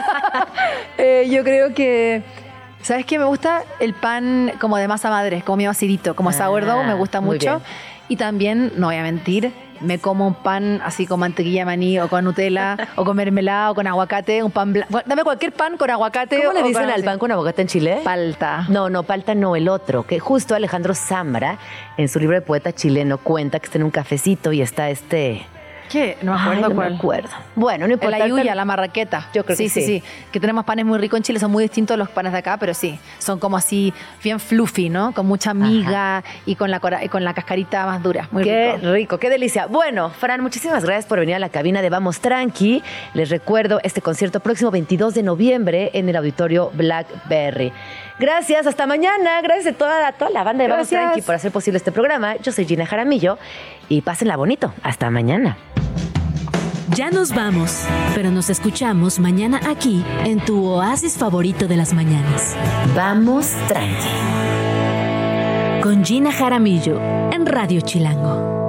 Yo creo que... ¿Sabes qué? Me gusta el pan como de masa madre, como mi acidito, como sourdough, me gusta muy mucho. bien. Y también, no voy a mentir, me como un pan así con mantequilla de maní o con Nutella o con mermelada o con aguacate, un pan blanco. Dame cualquier pan con aguacate. ¿Cómo le o dicen con al así. pan con aguacate en Chile? Palta. No, palta no, el otro, que justo Alejandro Zambra, en su libro de poeta chileno, cuenta que está en un cafecito y está ¿Qué? No me acuerdo no cuál. me acuerdo. Bueno, no importa. La yuya, la marraqueta. Yo creo que sí. Sí. Que tenemos panes muy ricos en Chile, son muy distintos a los panes de acá, pero sí, son como así, bien fluffy, ¿no? Con mucha miga y con la cascarita más dura. Muy Qué rico. rico, qué delicia. Bueno, Fran, muchísimas gracias por venir a la cabina de Vamos Tranqui. Les recuerdo este concierto próximo 22 de noviembre en el Auditorio Blackberry. Gracias, hasta mañana. Gracias a toda la banda de Vamos Gracias. Tranqui por hacer posible este programa. Yo soy Gina Jaramillo y pásenla bonito. Hasta mañana. Ya nos vamos, pero nos escuchamos mañana aquí en tu oasis favorito de las mañanas. Vamos tranqui. Con Gina Jaramillo en Radio Chilango.